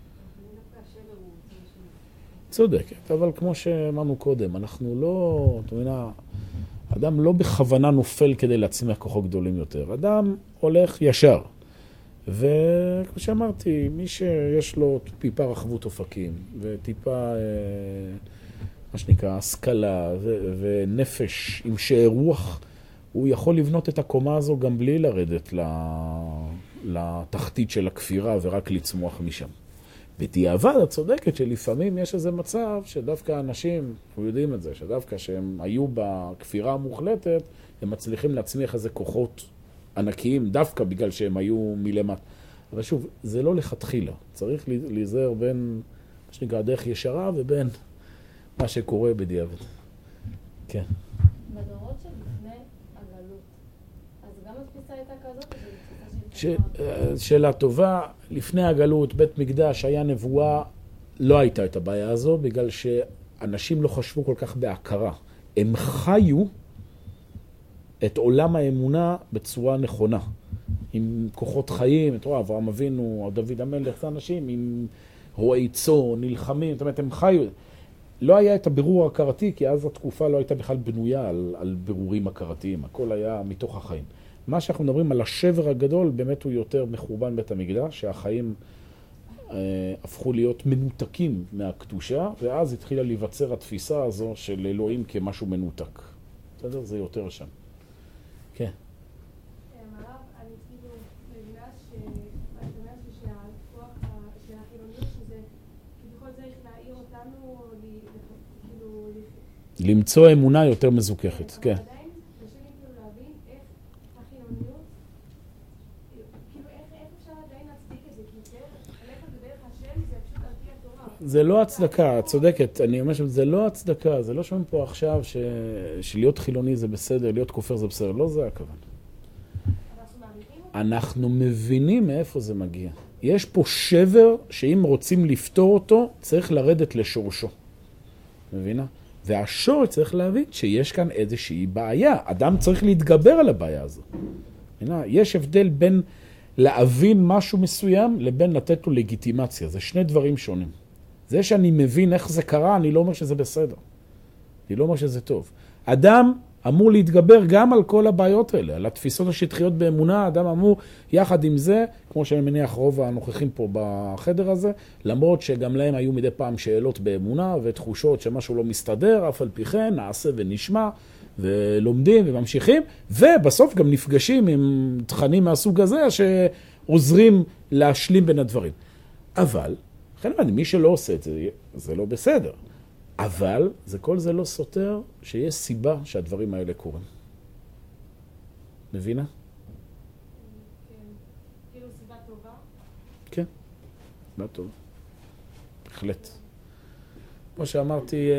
צודקת, אבל כמו שאמרנו קודם, אנחנו לא, אתה מבין, אדם לא בכוונה נופל כדי להצמיח כוחות גדולים יותר. אדם הולך ישר. וכמו שאמרתי, מי שיש לו טיפה רחבות אופקים, וטיפה, מה שנקרא, השכלה ונפש עם שאר רוח, הוא יכול לבנות את הקומה הזו גם בלי לרדת לתחתית של הכפירה ורק לצמוח משם. בדיעבד את צודקת שלפעמים יש איזה מצב שדווקא אנשים, אנחנו יודעים את זה, שדווקא שהם היו בכפירה המוחלטת, הם מצליחים להצמיח איזה כוחות ענקיים, דווקא בגלל שהם היו מלמטה. אבל שוב, זה לא לכתחילה. צריך להיזהר בין, מה שנקרא, דרך ישרה ובין מה שקורה בדיעבד. כן. בדורות שלפני הגלות, אז גם התפיסה הייתה כזאת, או שאלה טובה, לפני הגלות, בית מקדש היה נבואה, לא הייתה את הבעיה הזו, בגלל שאנשים לא חשבו כל כך בהכרה. הם חיו את עולם האמונה בצורה נכונה. עם כוחות חיים, את רואה, אברהם אבינו, דוד המלך, זה אנשים עם רועי צאן, נלחמים, זאת אומרת, הם חיו. לא היה את הבירור ההכרתי, כי אז התקופה לא הייתה בכלל בנויה על בירורים הכרתיים. הכל היה מתוך החיים. מה שאנחנו מדברים על השבר הגדול, באמת הוא יותר מחורבן בית המקדש, שהחיים הפכו להיות מנותקים מהקדושה, ואז התחילה להיווצר התפיסה הזו של אלוהים כמשהו מנותק. בסדר? זה יותר שם. כן. הרב, אני כאילו מבינה שהכוח של החילוניות, שזה כביכול צריך להעיר אותנו, כאילו... למצוא אמונה יותר מזוככת, כן. עדיין קשה לי כאילו להבין איך החילוניות, כאילו איך אפשר עדיין להצדיק את זה, כי ללכת בדרך השם זה פשוט על פי התורה. זה לא הצדקה, את צודקת, אני אומר שזה לא הצדקה, זה לא שומעים פה עכשיו שלהיות חילוני זה בסדר, להיות כופר זה בסדר, לא זה הכוון. אנחנו מבינים מאיפה זה מגיע. יש פה שבר שאם רוצים לפתור אותו, צריך לרדת לשורשו. מבינה? והשורש צריך להבין שיש כאן איזושהי בעיה. אדם צריך להתגבר על הבעיה הזו. מבינה? יש הבדל בין להבין משהו מסוים לבין לתת לו לגיטימציה. זה שני דברים שונים. זה שאני מבין איך זה קרה, אני לא אומר שזה בסדר. אני לא אומר שזה טוב. אדם אמור להתגבר גם על כל הבעיות האלה, על התפיסות השטחיות באמונה, אדם אמור יחד עם זה, כמו שאני מניח רוב הנוכחים פה בחדר הזה, למרות שגם להם היו מדי פעם שאלות באמונה ותחושות שמשהו לא מסתדר, אף על פי כן, נעשה ונשמע, ולומדים וממשיכים, ובסוף גם נפגשים עם תכנים מהסוג הזה שעוזרים להשלים בין הדברים. אבל, לכן מי שלא עושה את זה, זה לא בסדר. אבל כל זה לא סותר שיש סיבה שהדברים האלה קורים. מבינה? כן. כאילו סיבה טובה? כן, סיבה טובה. בהחלט. כמו שאמרתי,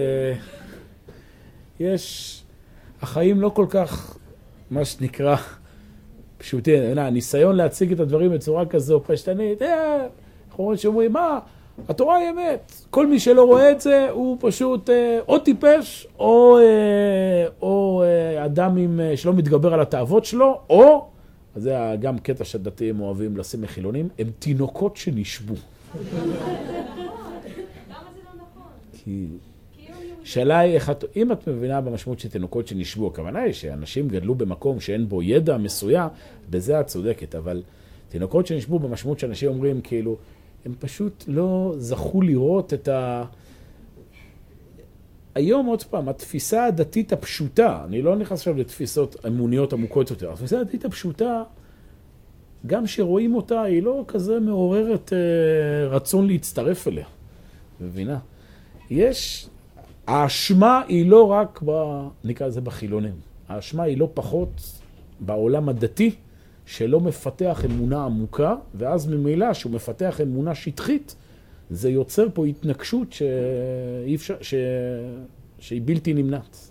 החיים לא כל כך, מה שנקרא, פשוטים. הניסיון להציג את הדברים בצורה כזו פשטנית, אנחנו שאומרים, מה? התורה היא אמת. כל מי שלא רואה את זה הוא פשוט או טיפש או אדם שלא מתגבר על התאוות שלו, או, אז זה גם קטע שדתיים אוהבים לשים מחילונים, הם תינוקות שנשבו. למה זה לא נכון? כי שאלה היא, אם את מבינה במשמעות של תינוקות שנשבו, הכוונה היא שאנשים גדלו במקום שאין בו ידע מסוים, בזה את צודקת, אבל תינוקות שנשבו במשמעות שאנשים אומרים כאילו, הם פשוט לא זכו לראות את היום עוד פעם, התפיסה הדתית הפשוטה, אני לא נכנס עכשיו לתפיסות אמוניות עמוקות יותר, התפיסה הדתית הפשוטה, גם שרואים אותה, היא לא כזה מעוררת רצון להצטרף אליה. מבינה? האשמה היא לא רק, נקרא לזה בחילונים, האשמה היא לא פחות בעולם הדתי, שלא מפתח אמונה עמוקה, ואז ממילא שהוא מפתח אמונה שטחית, זה יוצר פה התנגשות שהיא בלתי נמנעת.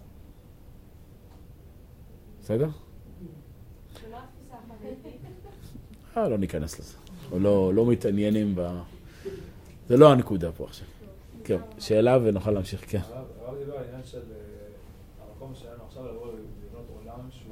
בסדר? שלא התפיסה החרדית? לא ניכנס לזה. או לא מתעניינים זה לא הנקודה פה עכשיו. כן, שאלה ונוכל להמשיך, כן. הרב דיבר על העניין של המקום שלנו עכשיו לבוא לבנות עולם שהוא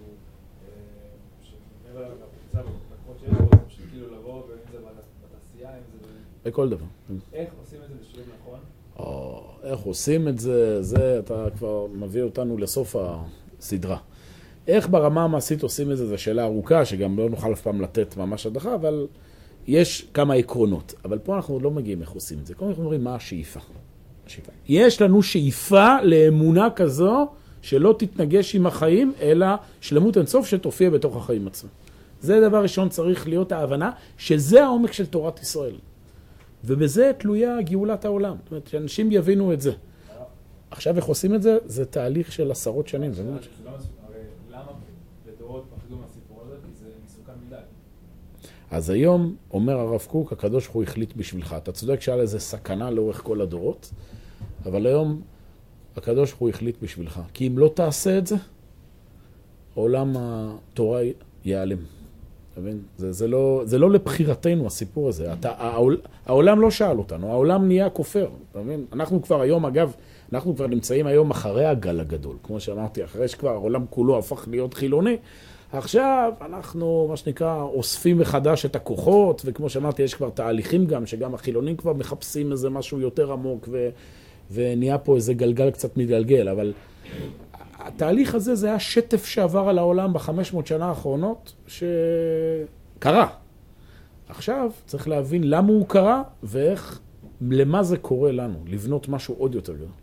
מעבר לפריצה ובמקומות שיש בו, שכאילו לבוא, ואם זה בתעשייה, אם זה בכל דבר. איך עושים את זה בשיעור נכון? איך עושים את זה, אתה כבר מביא אותנו לסוף הסדרה. איך ברמה המעשית עושים את זה, זו שאלה ארוכה, שגם לא נוכל אף פעם לתת ממש הדחה, אבל יש כמה עקרונות. אבל פה אנחנו לא מגיעים איך עושים את זה. קודם אנחנו אומרים מה השאיפה. יש לנו שאיפה לאמונה כזו, שלא תתנגש עם החיים, אלא שלמות אינסוף שתופיע בתוך החיים עצמם. זה דבר ראשון צריך להיות ההבנה שזה העומק של תורת ישראל. ובזה תלויה גאולת העולם. זאת אומרת, שאנשים יבינו את זה. עכשיו איך עושים את זה? זה תהליך של עשרות שנים. הרי למה בדורות פחדו מהסיפור הזה? כי זה מסוכן מדי. אז היום אומר הרב קוק, הקדוש ברוך הוא החליט בשבילך. אתה צודק שהיה לזה סכנה לאורך כל הדורות, אבל היום הקדוש ברוך הוא החליט בשבילך. כי אם לא תעשה את זה, עולם התורה ייעלם. זה לא לבחירתנו הסיפור הזה. העולם לא שאל אותנו, העולם נהיה כופר. אנחנו כבר היום, אגב, אנחנו כבר נמצאים היום אחרי הגל הגדול. כמו שאמרתי, אחרי שכבר העולם כולו הפך להיות חילוני, עכשיו אנחנו, מה שנקרא, אוספים מחדש את הכוחות, וכמו שאמרתי, יש כבר תהליכים גם, שגם החילונים כבר מחפשים איזה משהו יותר עמוק, ונהיה פה איזה גלגל קצת מתגלגל, אבל התהליך הזה זה היה שטף שעבר על העולם ב500 שנה האחרונות, שקרה. עכשיו צריך להבין למה הוא קרה, ואיך, למה זה קורה לנו, לבנות משהו עוד יותר גדול.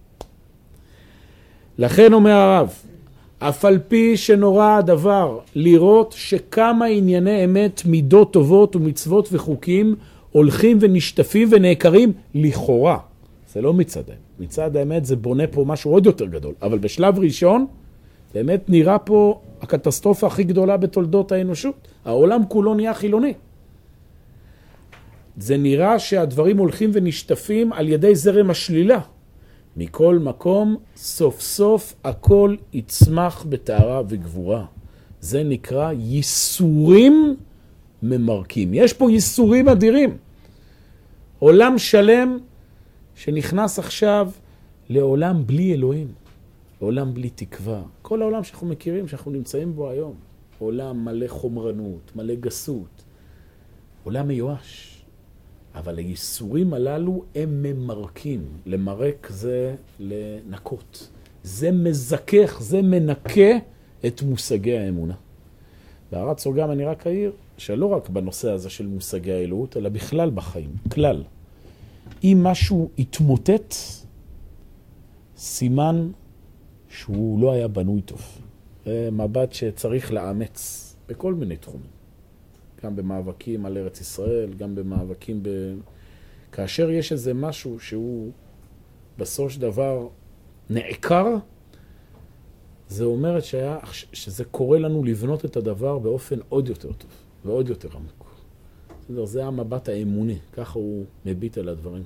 לכן אומר הרב, אף על פי שנורא הדבר לראות שכמה ענייני אמת, מידות טובות ומצוות וחוקים הולכים ונשטפים ונעקרים לכאורה. זה לא מצד האמת. מצד האמת זה בונה פה משהו עוד יותר גדול. אבל בשלב ראשון, באמת נראה פה הקטסטרופה הכי גדולה בתולדות האנושות. העולם כולו נהיה חילוני. זה נראה שהדברים הולכים ונשטפים על ידי זרם השלילה. מכל מקום, סוף סוף הכל יצמח בתארה וגבורה. זה נקרא ייסורים ממרקים. יש פה ייסורים אדירים. עולם שלם שנכנס עכשיו לעולם בלי אלוהים. עולם בלי תקווה. כל העולם שאנחנו מכירים, שאנחנו נמצאים בו היום. עולם מלא חומרנות, מלא גסות. עולם מיואש. אבל הייסורים הללו הם ממרקים. למרק זה לנקות. זה מזכך, זה מנקה את מושגי האמונה. בהערת סוגרם אני רק אעיר שלא רק בנושא הזה של מושגי האלוהות, אלא בכלל בחיים, כלל. אם משהו התמוטט, סימן שהוא לא היה בנוי טוב. זה מבט שצריך לאמץ בכל מיני תחומים. גם במאבקים על ארץ ישראל, גם במאבקים כאשר יש איזה משהו שהוא בסוף של דבר נעקר, זה אומר שזה קורה לנו לבנות את הדבר באופן עוד יותר טוב ועוד יותר עמוק. זה המבט האמוני, ככה הוא מביט על הדברים.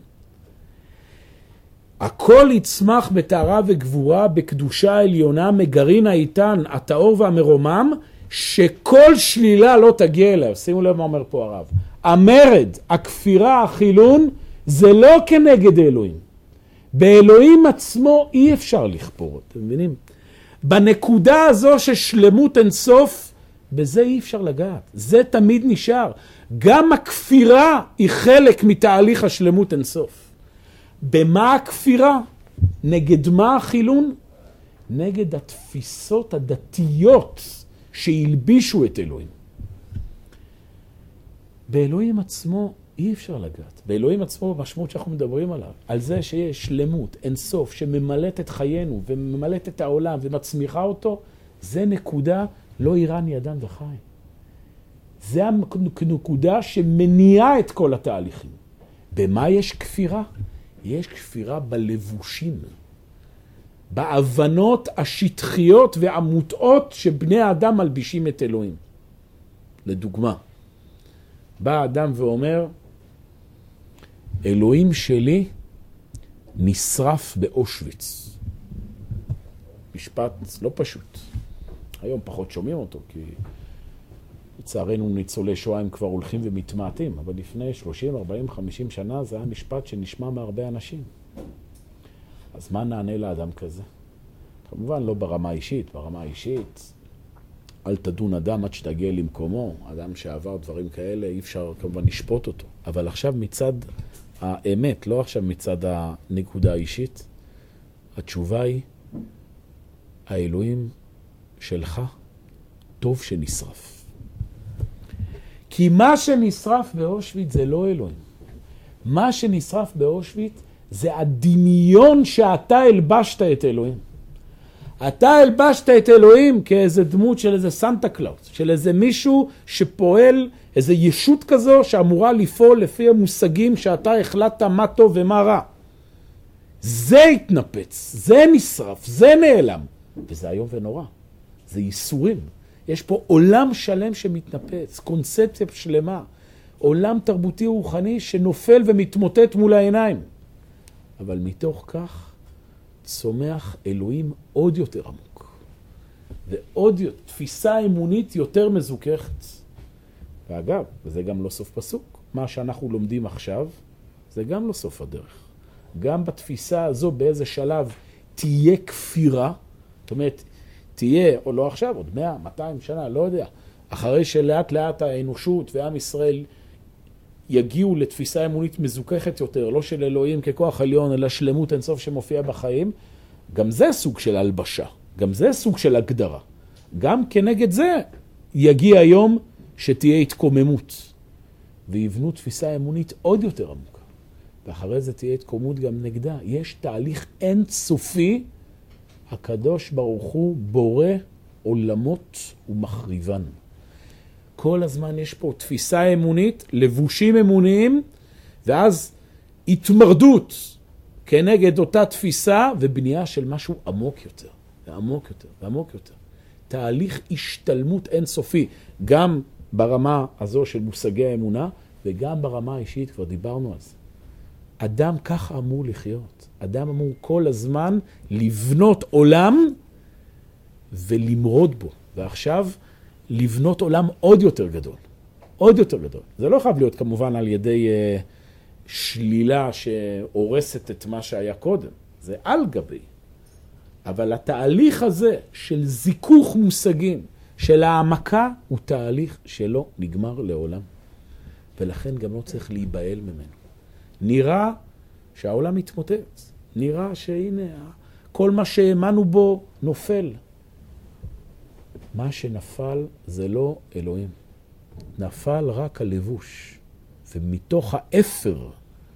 הכל יצמח בתארה וגבורה, בקדושה עליונה, מגרעין האיתן, הטהור והמרומם, שכל שלילה לא תגיע אליו. שימו לב מה אומר פה הרב. המרד, הכפירה, החילון, זה לא כנגד אלוהים. באלוהים עצמו אי אפשר לכפור. אתם מבינים? בנקודה הזו ששלמות אין סוף, בזה אי אפשר לגעת. זה תמיד נשאר. גם הכפירה היא חלק מתהליך השלמות אין סוף. במה הכפירה? נגד מה החילון? נגד התפיסות הדתיות שהלבישו את אלוהים. באלוהים עצמו אי אפשר לגעת. באלוהים עצמו במשמעות שאנחנו מדברים עליו, על זה שיש שלמות, אין סוף, שממלאת את חיינו וממלאת את העולם ומצמיחה אותו, זה נקודה לא איראני אדם וחי. זה הנקודה שמניעה את כל התהליכים. במה יש כפירה? יש כפירה בלבושים. בהבנות השטחיות והמוטעות שבני האדם מלבישים את אלוהים. לדוגמה, בא האדם ואומר, אלוהים שלי נשרף באושוויץ. משפט לא פשוט. היום פחות שומעים אותו, כי לצערנו ניצולי שואה הם כבר הולכים ומתמעטים, אבל לפני 30, 40, 50 שנה זה היה משפט שנשמע מהרבה אנשים. אז מה נענה לאדם כזה? כמובן לא ברמה האישית. ברמה האישית, אל תדון אדם עד שתגיע למקומו. אדם שעבר דברים כאלה, אי אפשר כמובן לשפוט אותו. אבל עכשיו מצד האמת, לא עכשיו מצד הנקודה האישית, התשובה היא, האלוהים שלך טוב שנשרף. כי מה שנשרף באושוויץ זה לא אלוהים. מה שנשרף באושוויץ זה הדמיון שאתה הלבשת את אלוהים. אתה הלבשת את אלוהים כאיזה דמות של איזה סנטה קלאוס, של איזה מישהו שפועל, איזה ישות כזו שאמורה לפעול לפי המושגים שאתה החלטת מה טוב ומה רע. זה התנפץ, זה נשרף, זה נעלם. וזה היום ונורא. זה ייסורים. יש פה עולם שלם שמתנפץ, קונספציה שלמה. עולם תרבותי רוחני שנופל ומתמוטט מול העיניים. אבל מתוך כך צומח אלוהים עוד יותר עמוק. ועוד תפיסה אמונית יותר מזוכחת. ואגב, זה גם לא סוף פסוק. מה שאנחנו לומדים עכשיו, זה גם לא סוף הדרך. גם בתפיסה הזו באיזה שלב תהיה כפירה, זאת אומרת, תהיה, או לא עכשיו, עוד 100, 200 שנה, לא יודע, אחרי שלאט לאט האנושות ועם ישראל יגיעו לתפיסה אמונית מזוכחת יותר, לא של אלוהים ככוח עליון, אלא שלמות אינסוף שמופיע בחיים, גם זה סוג של הלבשה, גם זה סוג של הגדרה. גם כנגד זה יגיע היום שתהיה התקוממות, ויבנו תפיסה אמונית עוד יותר עמוקה. ואחרי זה תהיה התקוממות גם נגדה. יש תהליך אינסופי, הקדוש ברוך הוא בורא עולמות ומחריבן. כל הזמן יש פה תפיסה אמונית, לבושים אמוניים, ואז התמרדות כנגד אותה תפיסה, ובנייה של משהו עמוק יותר, ועמוק יותר, ועמוק יותר. תהליך השתלמות אינסופי, גם ברמה הזו של מושגי האמונה, וגם ברמה האישית, כבר דיברנו על זה. אדם ככה אמור לחיות. אדם אמור כל הזמן לבנות עולם ולמרוד בו. ועכשיו לבנות עולם עוד יותר גדול. עוד יותר גדול. זה לא חייב להיות כמובן על ידי שלילה שהורסת את מה שהיה קודם. זה על גבי. אבל התהליך הזה של זיכוך מושגים, של העמקה, הוא תהליך שלא נגמר לעולם. ולכן גם לא צריך להיבהל ממנו. נראה שהעולם מתמוטט. נראה שהנה, כל מה שהאמנו בו נופל. מה שנפל זה לא אלוהים. נפל רק הלבוש. ומתוך האפר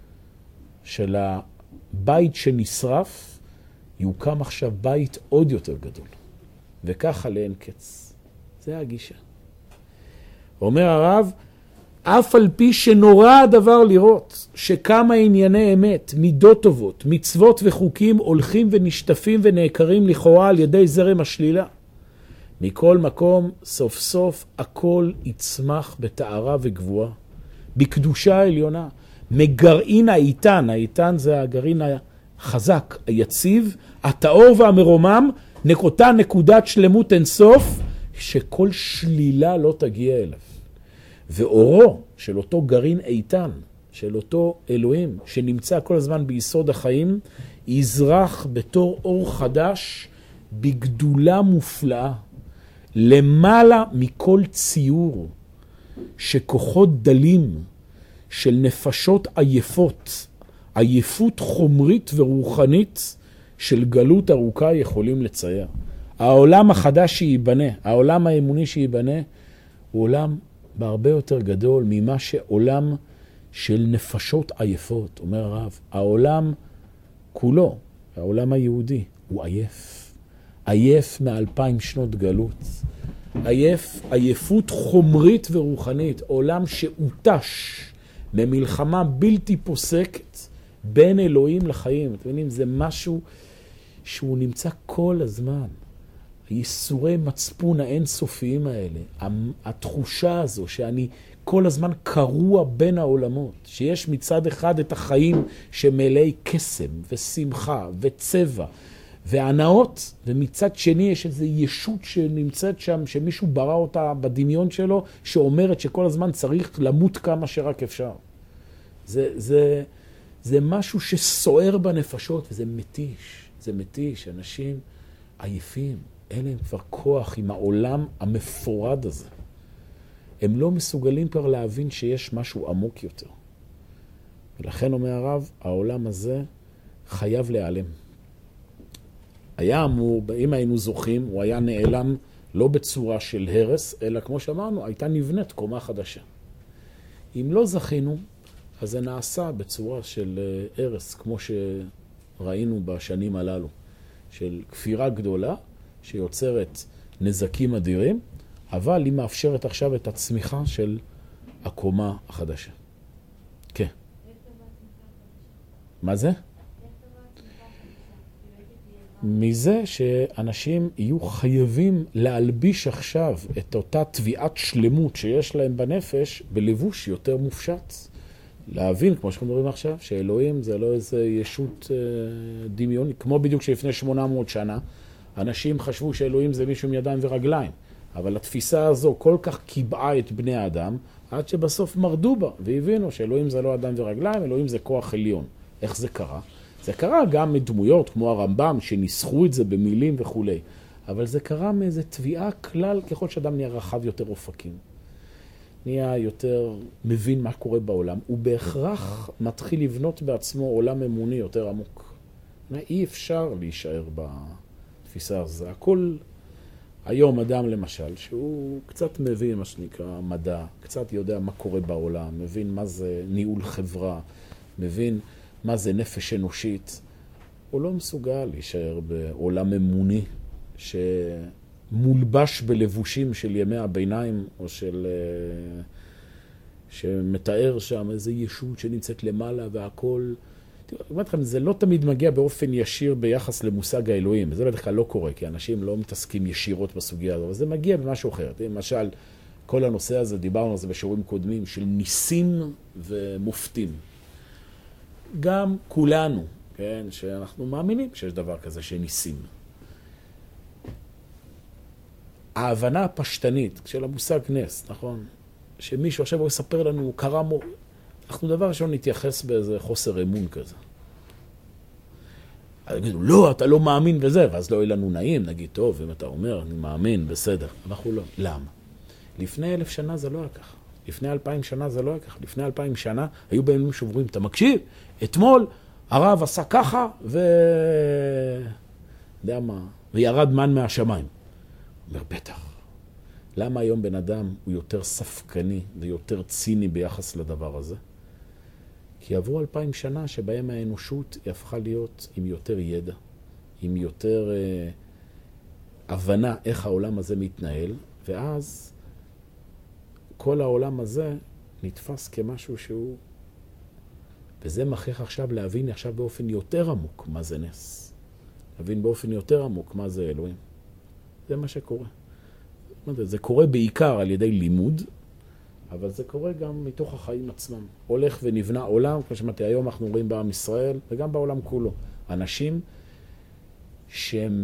של הבית שנשרף, יוקם עכשיו בית עוד יותר גדול. וככה לאין קץ. זה הגישה. אומר הרב, אף על פי שנורא הדבר לראות שכמה ענייני אמת, מידות טובות, מצוות וחוקים הולכים ונשטפים ונעקרים לכאורה על ידי זרם השלילה. מכל מקום, סוף סוף הכל יצמח בתארה וגבוהה, בקדושה העליונה, מגרעין האיתן, האיתן זה הגרעין החזק, היציב, הטהור והמרומם, אותה נקודת שלמות אינסוף, שכל שלילה לא תגיע אליו. ואורו של אותו גרעין איתן, של אותו אלוהים, שנמצא כל הזמן ביסוד החיים, יזרח בתור אור חדש, בגדולה מופלאה, למעלה מכל ציור, שכוחות דלים של נפשות עייפות, עייפות חומרית ורוחנית של גלות ארוכה יכולים לצייר. העולם החדש שיבנה, העולם האמוני שיבנה, הוא עולם בהרבה יותר גדול ממה שעולם של נפשות עייפות. אומר הרב, העולם כולו, העולם היהודי, הוא עייף. עייף מ2000 שנות גלות. עייפות חומרית ורוחנית, עולם שהותש ממלחמה בלתי פוסקת בין אלוהים לחיים. אתם מבינים, זה משהו שהוא נמצא כל הזמן. היסורי מצפון האינסופיים האלה, התחושה הזו שאני כל הזמן קרוע בין העולמות, שיש מצד אחד את החיים שמלאי קסם ושמחה וצבע והנאות, ומצד שני יש איזו ישות שנמצאת שם, שמישהו ברא אותה בדמיון שלו, שאומרת שכל הזמן צריך למות כמה שרק אפשר. זה משהו שסוער בנפשות, וזה מתיש. זה מתיש, אנשים עייפים. אין להם כבר כוח עם העולם המפורד הזה. הם לא מסוגלים כבר להבין שיש משהו עמוק יותר. ולכן אומר הרב, העולם הזה חייב להיעלם. היה אמור, אם היינו זוכים, הוא היה נעלם לא בצורה של הרס, אלא כמו שאמרנו, הייתה נבנית קומה חדשה. אם לא זכינו, אז זה נעשה בצורה של הרס, כמו שראינו בשנים הללו, של כפירה גדולה, שיוצרת נזקים אדירים, אבל היא מאפשרת עכשיו את הצמיחה של הקומה החדשה. כן. מה זה? מזה שאנשים יהיו חייבים להלביש עכשיו את אותה תביעת שלמות שיש להם בנפש בלבוש יותר מופשט. להבין, כמו שאנחנו מדברים עכשיו, שאלוהים זה לא איזה ישות דמיוני, כמו בדיוק שלפני 800 שנה, אנשים חשבו שאלוהים זה מישהו עם ידיים ורגליים, אבל התפיסה הזו כל כך קיבעה את בני האדם, עד שבסוף מרדו בה, והבינו שאלוהים זה לא ידיים ורגליים, אלוהים זה כוח עליון. איך זה קרה? זה קרה גם מדמויות כמו הרמב"ם, שניסחו את זה במילים וכו'. אבל זה קרה מאיזו תביעה כלל, ככל שאדם נהיה רחב יותר אופקים. נהיה יותר מבין מה קורה בעולם, הוא בהכרח מתחיל לבנות בעצמו עולם אמוני יותר עמוק. אי אפשר להישאר בתפיסה הזו. הכל, היום אדם למשל, שהוא קצת מבין מה שנקרא מדע, קצת יודע מה קורה בעולם, מבין מה זה ניהול חברה, מבין מה זה נפש אנושית, הוא לא מסוגל להישאר בעולם אמוני שמולבש בלבושים של ימי הביניים, או שמתאר שם איזו ישות שנמצאת למעלה והכל. תראו, אני אומר לכם, זה לא תמיד מגיע באופן ישיר ביחס למושג האלוהים, זה בדרך כלל לא קורה, כי אנשים לא מתעסקים ישירות בסוגיה הזו, אבל זה מגיע במשהו אחר. למשל, כל הנושא הזה, דיברנו על זה בשיעורים קודמים, של ניסים ומופתים. גם כולנו, כן, שאנחנו מאמינים שיש דבר כזה שניסים. ההבנה הפשטנית של המושג נס, נכון? שמישהו עכשיו הוא יספר לנו, קרה מור, אנחנו דבר ראשון נתייחס באיזה חוסר אמון כזה. אז נגידו, לא, אתה לא מאמין וזה, ואז לא יהיה לנו נעים, נגיד, טוב, אם אתה אומר, אני מאמין, בסדר. אנחנו לא. למה? לפני 1000 שנה זה לא היה ככה. לפני 2000 שנה זה לא היה ככה. לפני 2000 שנה היו בימים שאומרים, אתה מקשיב? אתמול הרב עשה ככה יודע מה, וירד מן מהשמיים. אומר, בטח. למה היום בן אדם הוא יותר ספקני ויותר ציני ביחס לדבר הזה? כי עברו 2000 שנה שבהם האנושות היא הפכה להיות עם יותר ידע, עם יותר הבנה איך העולם הזה מתנהל, ואז כל העולם הזה נתפס כמשהו שהוא, וזה מכריח עכשיו להבין עכשיו באופן יותר עמוק מה זה נס. להבין באופן יותר עמוק מה זה אלוהים. זה מה שקורה. זה קורה בעיקר על ידי לימוד, אבל זה קורה גם מתוך החיים עצמם. הולך ונבנה עולם, כמו שאמרתי, היום אנחנו רואים בעם ישראל, וגם בעולם כולו. אנשים שהם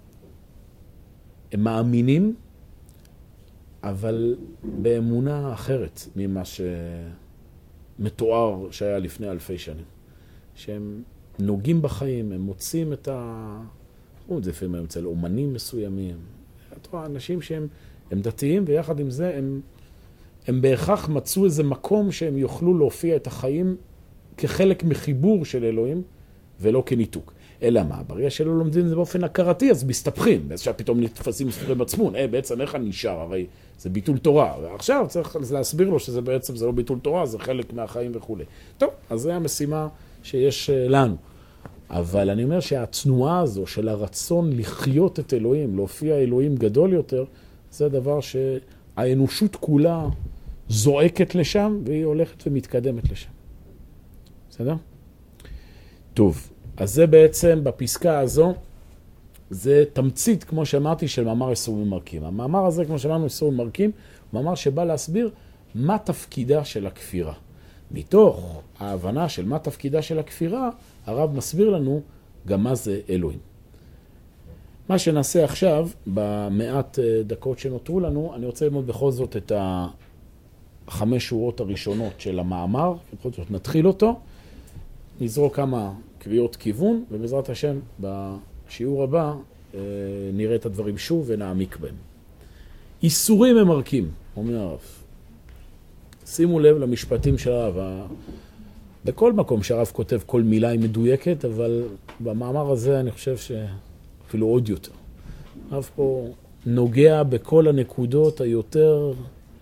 מאמינים, אבל באמונה אחרת ממה שמתואר שהיה לפני 1000 שנים. שהם נוגעים בחיים, הם מוצאים את זה לפעמים אצל אומנים מסוימים. אתה רואה, אנשים שהם דתיים, ויחד עם זה הם בהכרח מצאו איזה מקום שהם יוכלו להופיע את החיים כחלק מחיבור של אלוהים, ולא כניתוק. אלא מה? ברגע שלא לומדים את זה באופן הכרתי, אז מסתבכים. אז פתאום נתפסים ספרי מצפון. בעצם איך אני נשאר? הרי זה ביטול תורה. ועכשיו צריך להסביר לו שזה בעצם זה לא ביטול תורה, זה חלק מהחיים וכו'. טוב, אז זו המשימה שיש לנו. אבל אני אומר שהתנועה הזו של הרצון לחיות את אלוהים, להופיע אלוהים גדול יותר, זה דבר שהאנושות כולה זועקת לשם, והיא הולכת ומתקדמת לשם. בסדר? טוב, אז זה בעצם בפסקה הזו, זה תמצית, כמו שאמרתי, של מאמר איסורים מרקים. המאמר הזה, כמו שאמרנו, איסורים מרקים, הוא מאמר שבא להסביר מה תפקידה של הכפירה. מתוך ההבנה של מה תפקידה של הכפירה, הרב מסביר לנו גם מה זה אלוהים. מה שנעשה עכשיו, במעט דקות שנותרו לנו, אני רוצה ללמוד בכל זאת את 5 שורות הראשונות של המאמר, בכל זאת נתחיל אותו, נזרוק כמה קביעות כיוון, ובעזרת השם בשיעור הבא נראה את הדברים שוב ונעמיק בהם. איסורים הם מרקים, אומר הרב. שימו לב למשפטים של הרב. בכל מקום שהרב כותב כל מילה היא מדויקת, אבל במאמר הזה אני חושב שאפילו עוד יותר. הרב פה נוגע בכל הנקודות היותר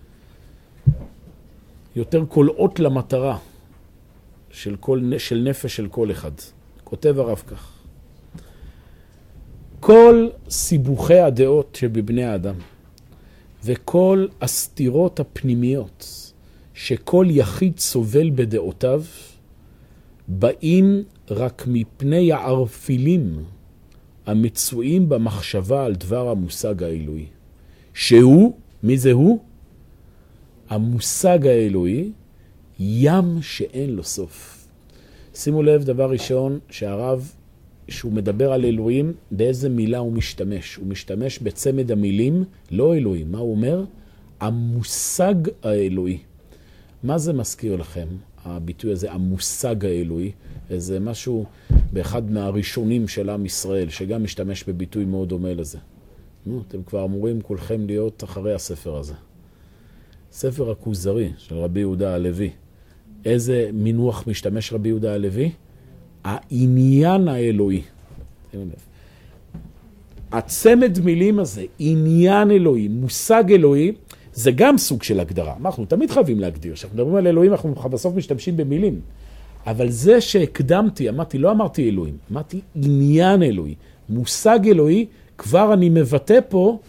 קולעות למטרה של נפש של כל אחד. כותב הרב כך. כל סיבוכי הדעות שבבני האדם, וכל הסתירות הפנימיות שכל יחיד סובל בדעותיו, באים רק מפני הערפילים המצויים במחשבה על דבר המושג האלוהי. שהוא, מי זה הוא? המושג האלוהי, ים שאין לו סוף. שימו לב דבר ראשון שהרב, שהוא מדבר על אלוהים, באיזה מילה הוא משתמש. הוא משתמש בצמד המילים, לא אלוהים. מה הוא אומר? המושג האלוהי. מה זה מזכיר לכם, הביטוי הזה, המושג האלוהי? איזה משהו באחד מהראשונים של עם ישראל, שגם משתמש בביטוי מאוד דומה לזה. אתם כבר אמורים כולכם להיות אחרי הספר הזה. ספר הכוזרי של רבי יהודה הלוי. איזה מינוח משתמש רבי יהודה הלוי? העניין האלוהי. הצמד מילים הזה, עניין אלוהי, מושג אלוהי, זה גם סוג של הגדרה. אנחנו תמיד חייבים להגדיר. כשאנחנו מדברים על אלוהים, אנחנו בסוף משתמשים במילים. אבל זה שהקדמתי, לא אמרתי אלוהים, אמרתי עניין אלוהי, מושג אלוהי, כבר אני מבטא פה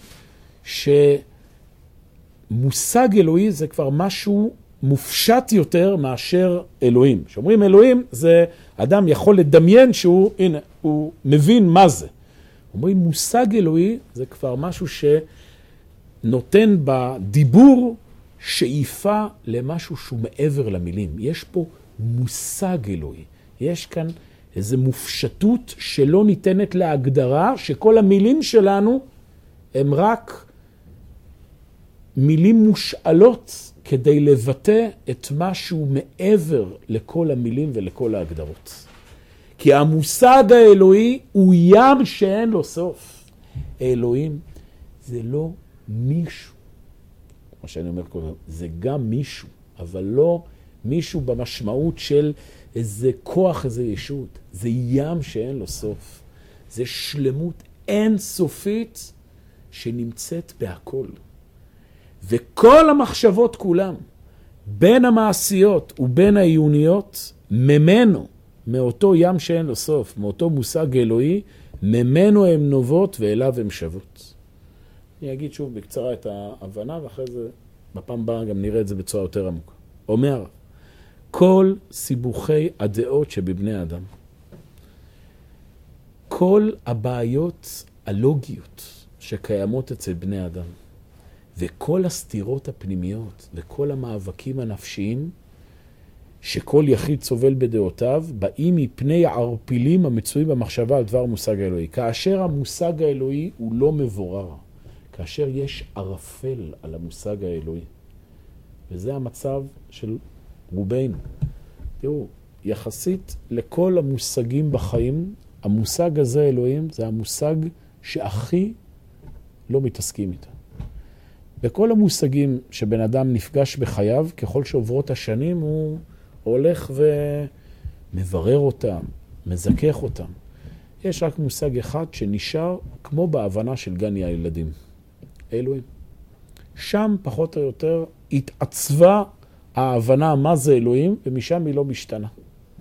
שמושג אלוהי זה כבר משהו מופשט יותר מאשר אלוהים. כשאומרים אלוהים, זה אדם יכול לדמיין שהוא, הנה, הוא מבין מה זה. אומרים מושג אלוהי, זה כבר משהו שנותן בדיבור שאיפה למשהו שהוא מעבר למילים. יש פה מושג אלוהי. יש כאן איזו מופשטות שלא ניתנת להגדרה, שכל המילים שלנו הם רק מילים מושאלות כדי לבטא את משהו מעבר לכל המילים ולכל ההגדרות. כי המושג האלוהי הוא ים שאין לו סוף. אלוהים זה לא מישהו. כמו שאני אומר קודם, זה גם מישהו, אבל לא מישהו במשמעות של איזה כוח, איזה ישות. זה ים שאין לו סוף. זה שלמות אינסופית שנמצאת בהכל. וכל המחשבות כולם, בין המעשיות ובין העיוניות, ממנו, מאותו ים שאין לו סוף, מאותו מושג אלוהי, ממנו הן נובעות ואליו הן שוות. אני אגיד שוב בקצרה את ההבנה, ואחרי זה בפעם הבאה גם נראה את זה בצורה יותר עמוקה. אומר, כל סיבוכי הדעות שבבני האדם, כל הבעיות הלוגיות שקיימות אצל בני האדם, וכל הסתירות הפנימיות וכל המאבקים הנפשיים שכל יחיד סובל בדעותיו, באים מפני הערפילים המצויים במחשבה על דבר המושג האלוהי. כאשר המושג האלוהי הוא לא מבורר, כאשר יש ערפל על המושג האלוהי. וזה המצב של רובנו. תראו, יחסית לכל המושגים בחיים, המושג הזה אלוהים זה המושג שהכי לא מתעסקים איתו. בכל המושגים שבן אדם נפגש בחייו, ככל שעוברות השנים הוא הולך ומברר אותם, מזכך אותם. יש רק מושג אחד שנשאר כמו בהבנה של גן הילדים. אלוהים. שם פחות או יותר התעצבה ההבנה מה זה אלוהים, ומשם היא לא משתנה.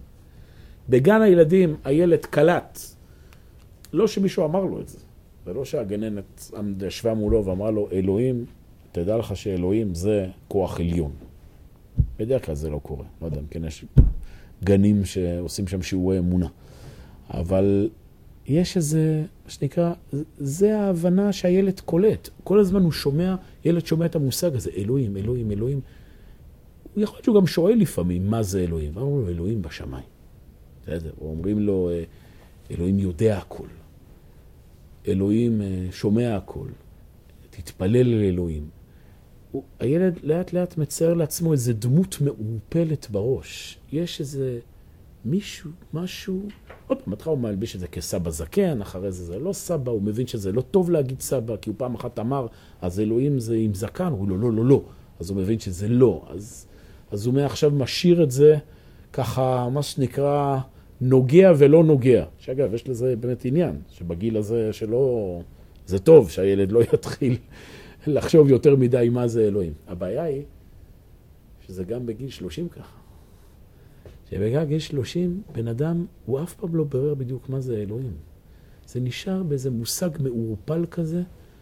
בגן הילדים הילד קלט, לא שמישהו אמר לו את זה, ולא שהגננת ישבה מולו ואמרה לו, אלוהים, תדע לך שאלוהים זה כוח עליון. בדרך כלל זה לא קורה. לא יודע, כן יש גנים שעושים שם שיעורי אמונה. אבל יש איזה, מה שנקרא, זה ההבנה שהילד קולט. כל הזמן הוא שומע, ילד שומע את המושג הזה, אלוהים, אלוהים, אלוהים. הוא יכול להיות שהוא גם שואל לפעמים מה זה אלוהים. ואומרים לו, אלוהים בשמיים. בסדר? או אומרים לו, אלוהים יודע הכל. אלוהים שומע הכל. תתפלל לאלוהים. הילד לאט לאט מצייר לעצמו איזו דמות מעופלת בראש. יש איזה מישהו, משהו, עוד פעם, מתחיל הוא מלביש את זה כסבא זקן, אחרי זה לא סבא, הוא מבין שזה לא טוב להגיד סבא, כי הוא פעם אחת אמר, אז אלוהים זה עם זקן, הוא לא, לא, לא, לא. אז הוא מבין שזה לא. אז הוא מעכשיו משאיר את זה ככה, מה שנקרא, נוגע ולא נוגע. שאגב, יש לזה באמת עניין, שבגיל הזה שלא, זה טוב שהילד לא יתחיל לחשוב יותר מדי מה זה אלוהים. הבעיה היא שזה גם בגיל 30 ככה. שבגיל 30 בן אדם הוא אף פעם לא ברר בדיוק מה זה אלוהים. זה נשאר באיזה מושג מעורפל כזה,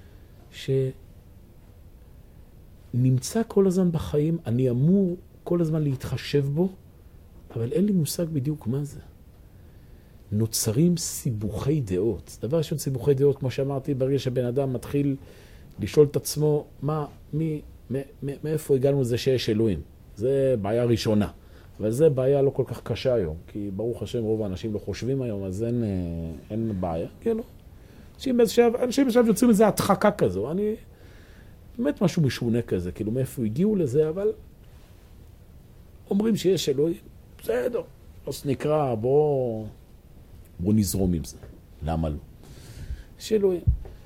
שנמצא כל הזמן בחיים, אני אמור כל הזמן להתחשב בו, אבל אין לי מושג בדיוק מה זה. נוצרים סיבוכי דעות. דבר ראשון, סיבוכי דעות, כמו שאמרתי, ברגע שבן אדם מתחיל לשאול את עצמו, מאיפה הגענו לזה שיש אלוהים? זה בעיה ראשונה. אבל זה בעיה לא כל כך קשה היום, כי ברוך השם רוב האנשים לא חושבים היום, אז אין בעיה. כן, לא. אנשים עכשיו יוצאים איזו הדחקה כזו. באמת משהו משונה כזה, כאילו מאיפה הגיעו לזה, אבל אומרים שיש אלוהים. בסדר. אז נקרא, בוא נזרום עם זה. למה לא? יש אלוהים.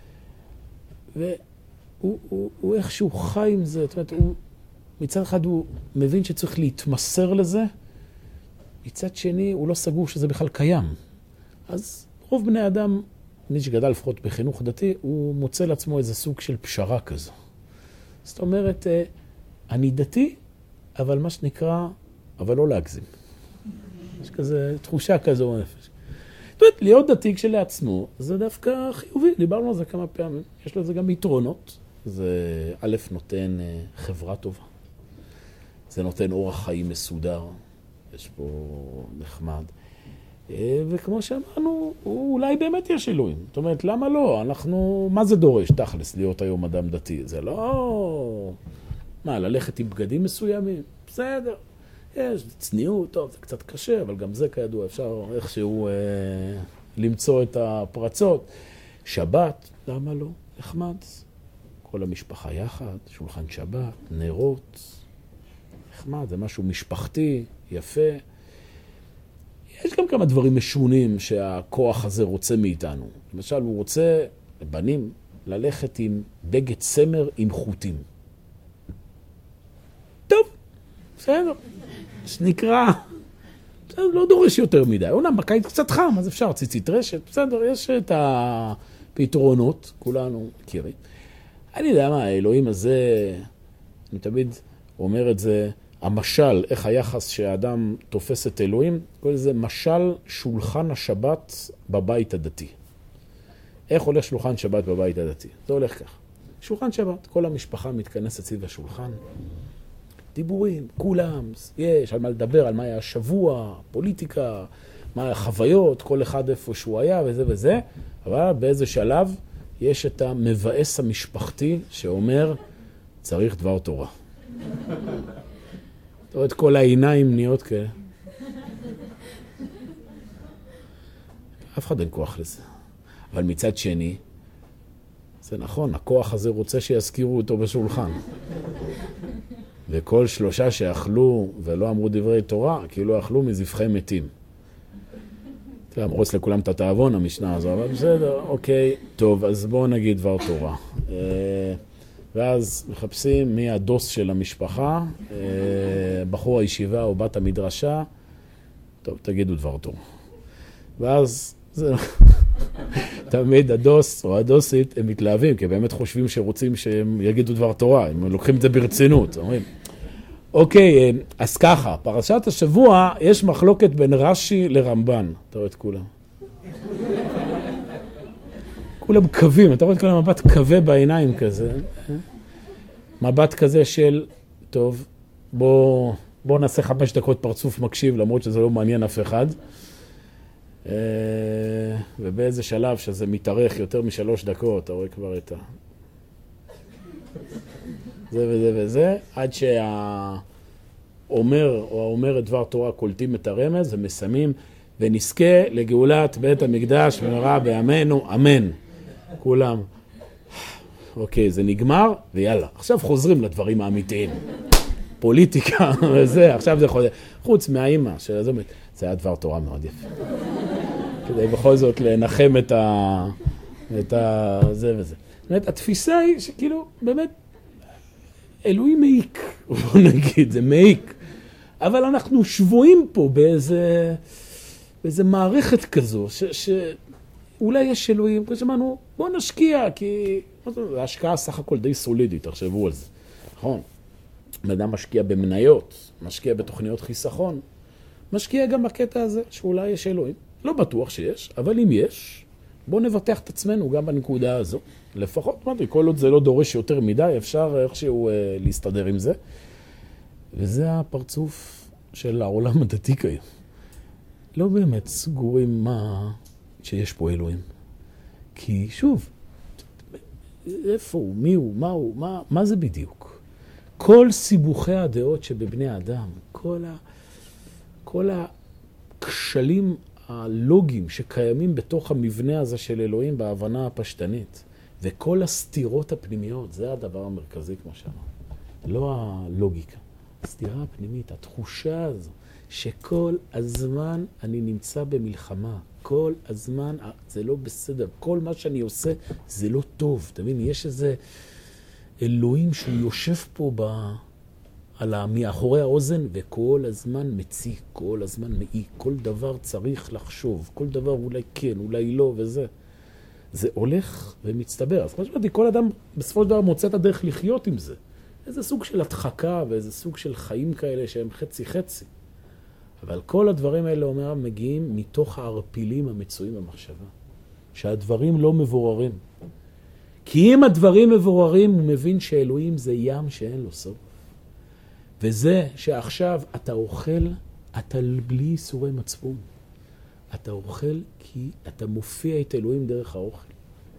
והוא איכשהו חי עם זה, זאת אומרת, מצד אחד הוא מבין שצריך להתמסר לזה, מצד שני הוא לא סגור שזה בכלל קיים. אז רוב בני אדם, מי שגדל לפחות בחינוך דתי, הוא מוצא לעצמו איזה סוג של פשרה כזו. זאת אומרת, אני דתי, אבל מה שנקרא, אבל לא להגזים. יש כזה תחושה כזו בנפש. זאת אומרת, להיות דתי כשלעצמו, זה דווקא חיובי. דיברנו על זה כמה פעמים. יש לזה גם יתרונות. זה א' נותן חברה טובה. זה נותן אורח חיים מסודר. יש פה נחמד. וכמו שאמרנו, אולי באמת יש אלוהים. זאת אומרת, למה לא? מה זה דורש תכלס להיות היום אדם דתי? זה לא... ללכת עם בגדים מסוימים? בסדר. יש צניעות, טוב, זה קצת קשה, אבל גם זה כידוע, אפשר איכשהו למצוא את הפרצות. שבת, למה לא? נחמד. כל המשפחה יחד, שולחן שבת, נרות. נחמד, זה משהו משפחתי, יפה. יש גם כמה דברים משונים שהכוח הזה רוצה מאיתנו. למשל, הוא רוצה, לבנים, ללכת עם בגד סמר עם חוטים. טוב, בסדר. שנקרא, לא דורש יותר מדי. אומנם בקיץ קצת חם, אז אפשר ציצית רשת. בסדר, יש את הפתרונות, כולנו מכירים. אני יודע מה, האלוהים הזה, אני תמיד אומר את זה, המשל, איך היחס שהאדם תופס את אלוהים, כל זה משל שולחן השבת בבית הדתי. איך הולך שולחן שבת בבית הדתי? זה הולך כך. שולחן שבת, כל המשפחה מתכנסת סביב השולחן. דיבורים, כולם, יש על מה לדבר, על מה היה השבוע, פוליטיקה, מה היה החוויות, כל אחד איפה שהוא היה וזה וזה, אבל באיזה שלב יש את המבאס המשפחתי שאומר, צריך דבר תורה. זאת אומרת, כל העיניים נהיות כאלה. אף אחד אין כוח לזה. אבל מצד שני, זה נכון, הכוח הזה רוצה שיזכירו אותו בשולחן. וכל שלושה שאכלו ולא אמרו דברי תורה, כאילו אכלו מזבחי מתים. אמרוץ לכולם את התאבון, המשנה הזו, אבל בסדר, אוקיי, טוב, אז בואו נגיד דבר תורה. ואז מחפשים מי הדוס של המשפחה, בחור הישיבה או בת המדרשה, טוב, תגידו דבר תורה. ואז זה... תמיד הדוס או הדוסית הם מתלהבים, כי באמת חושבים שרוצים שהם יגידו דבר תורה, הם לוקחים את זה ברצינות, אומרים. אוקיי, אז ככה, פרשת השבוע יש מחלוקת בין רש"י לרמב"ן. אתה רואה את כולם? כולם קווים, אתה רואה את כולם מבט קווה בעיניים כזה. מבט כזה של, טוב, בוא נעשה 5 דקות פרצוף מקשיב, למרות שזה לא מעניין אף אחד. ובאיזה שלב שזה מתארך יותר מ3 דקות, אתה רואה כבר את זה וזה וזה, עד שהאומר או האומרת דבר תורה קולטים את הרמז ומסיימים, ונזכה לגאולת בית המקדש במהרה בימינו, אמן. כולם, אוקיי, זה נגמר, ויאללה. עכשיו חוזרים לדברים האמיתיים. פוליטיקה וזה, עכשיו זה חוזר. חוץ מהאימא, זה היה דבר תורה מאוד יפה. כדי בכל זאת לנחם את זה וזה. זאת אומרת, התפיסה היא שכאילו, באמת, אלוהים מעיק, בוא נגיד, זה מעיק. אבל אנחנו שבועים פה באיזה מערכת כזו, שאולי יש אלוהים, כמו שאמרנו, בוא נשקיע, כי ההשקעה סך הכל די סולידית, תחשבו על זה. נכון? אדם משקיע במניות, משקיע בתוכניות חיסכון, משקיע גם בקטע הזה, שאולי יש אלוהים. לא בטוח שיש, אבל אם יש, בואו נבטח את עצמנו גם בנקודה הזו. לפחות, כל עוד זה לא דורש יותר מדי, אפשר איכשהו להסתדר עם זה. וזה הפרצוף של העולם הדתי כיום. לא באמת סגורים שיש פה אלוהים. כי שוב, איפה הוא, מי הוא, מה הוא, מה זה בדיוק? כל סיבוכי הדעות שבבני האדם, כל הכשלים הלוגיים שקיימים בתוך המבנה הזה של אלוהים בהבנה הפשטנית, וכל הסתירות הפנימיות, זה הדבר המרכזי כמו שאמר. לא הלוגיקה. הסתירה הפנימית, התחושה הזו, שכל הזמן אני נמצא במלחמה, כל הזמן זה לא בסדר, כל מה שאני עושה זה לא טוב, תבין, יש איזה אלוהים שהוא יושב פה מאחורי האוזן וכל הזמן מציק, כל הזמן מעיק, כל דבר צריך לחשוב, כל דבר אולי כן, אולי לא וזה. זה הולך ומצטבר. אז כמו שאמרתי, כל אדם בסופו של דבר מוצא את הדרך לחיות עם זה. איזה סוג של הדחקה ואיזה סוג של חיים כאלה שהם חצי-חצי. אבל כל הדברים האלה, אומר, מגיעים מתוך הערפילים המצויים במחשבה. שהדברים לא מבוררים. כי אם הדברים מבוררים, הוא מבין שאלוהים זה ים שאין לו סוף. וזה שעכשיו אתה אוכל, אתה בלי ייסורי מצפון. אתה אוכל כי אתה מופיע את אלוהים דרך האוכל.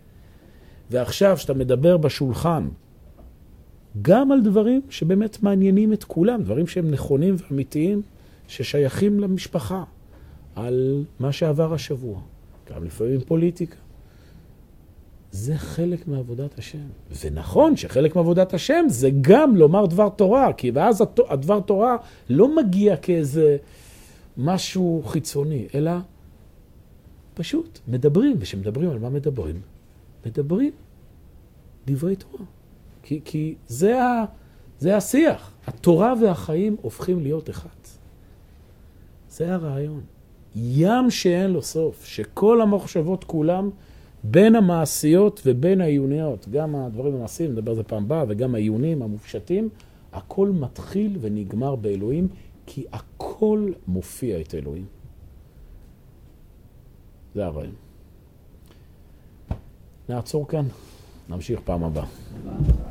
ועכשיו שאתה מדבר בשולחן, גם על דברים שבאמת מעניינים את כולם, דברים שהם נכונים ואמיתיים, ששייכים למשפחה, על מה שעבר השבוע, גם לפעמים פוליטיקה. זה חלק מעבודת השם. ונכון שחלק מעבודת השם זה גם לומר דבר תורה, כי ואז הדבר תורה לא מגיע כאיזה משהו חיצוני, אלא פשוט מדברים, ושמדברים על מה מדברים? מדברים דברי תורה. כי זה השיח. התורה והחיים הופכים להיות אחד. זה הרעיון. ים שאין לו סוף, שכל המחשבות כולם בין המעשיות ובין העיוניות, גם הדברים המעשיים, נדבר על זה פעם הבאה, וגם העיונים המופשטים, הכל מתחיל ונגמר באלוהים, כי הכל מופיע את אלוהים. זה הרעיון. נעצור כאן, נמשיך פעם הבאה.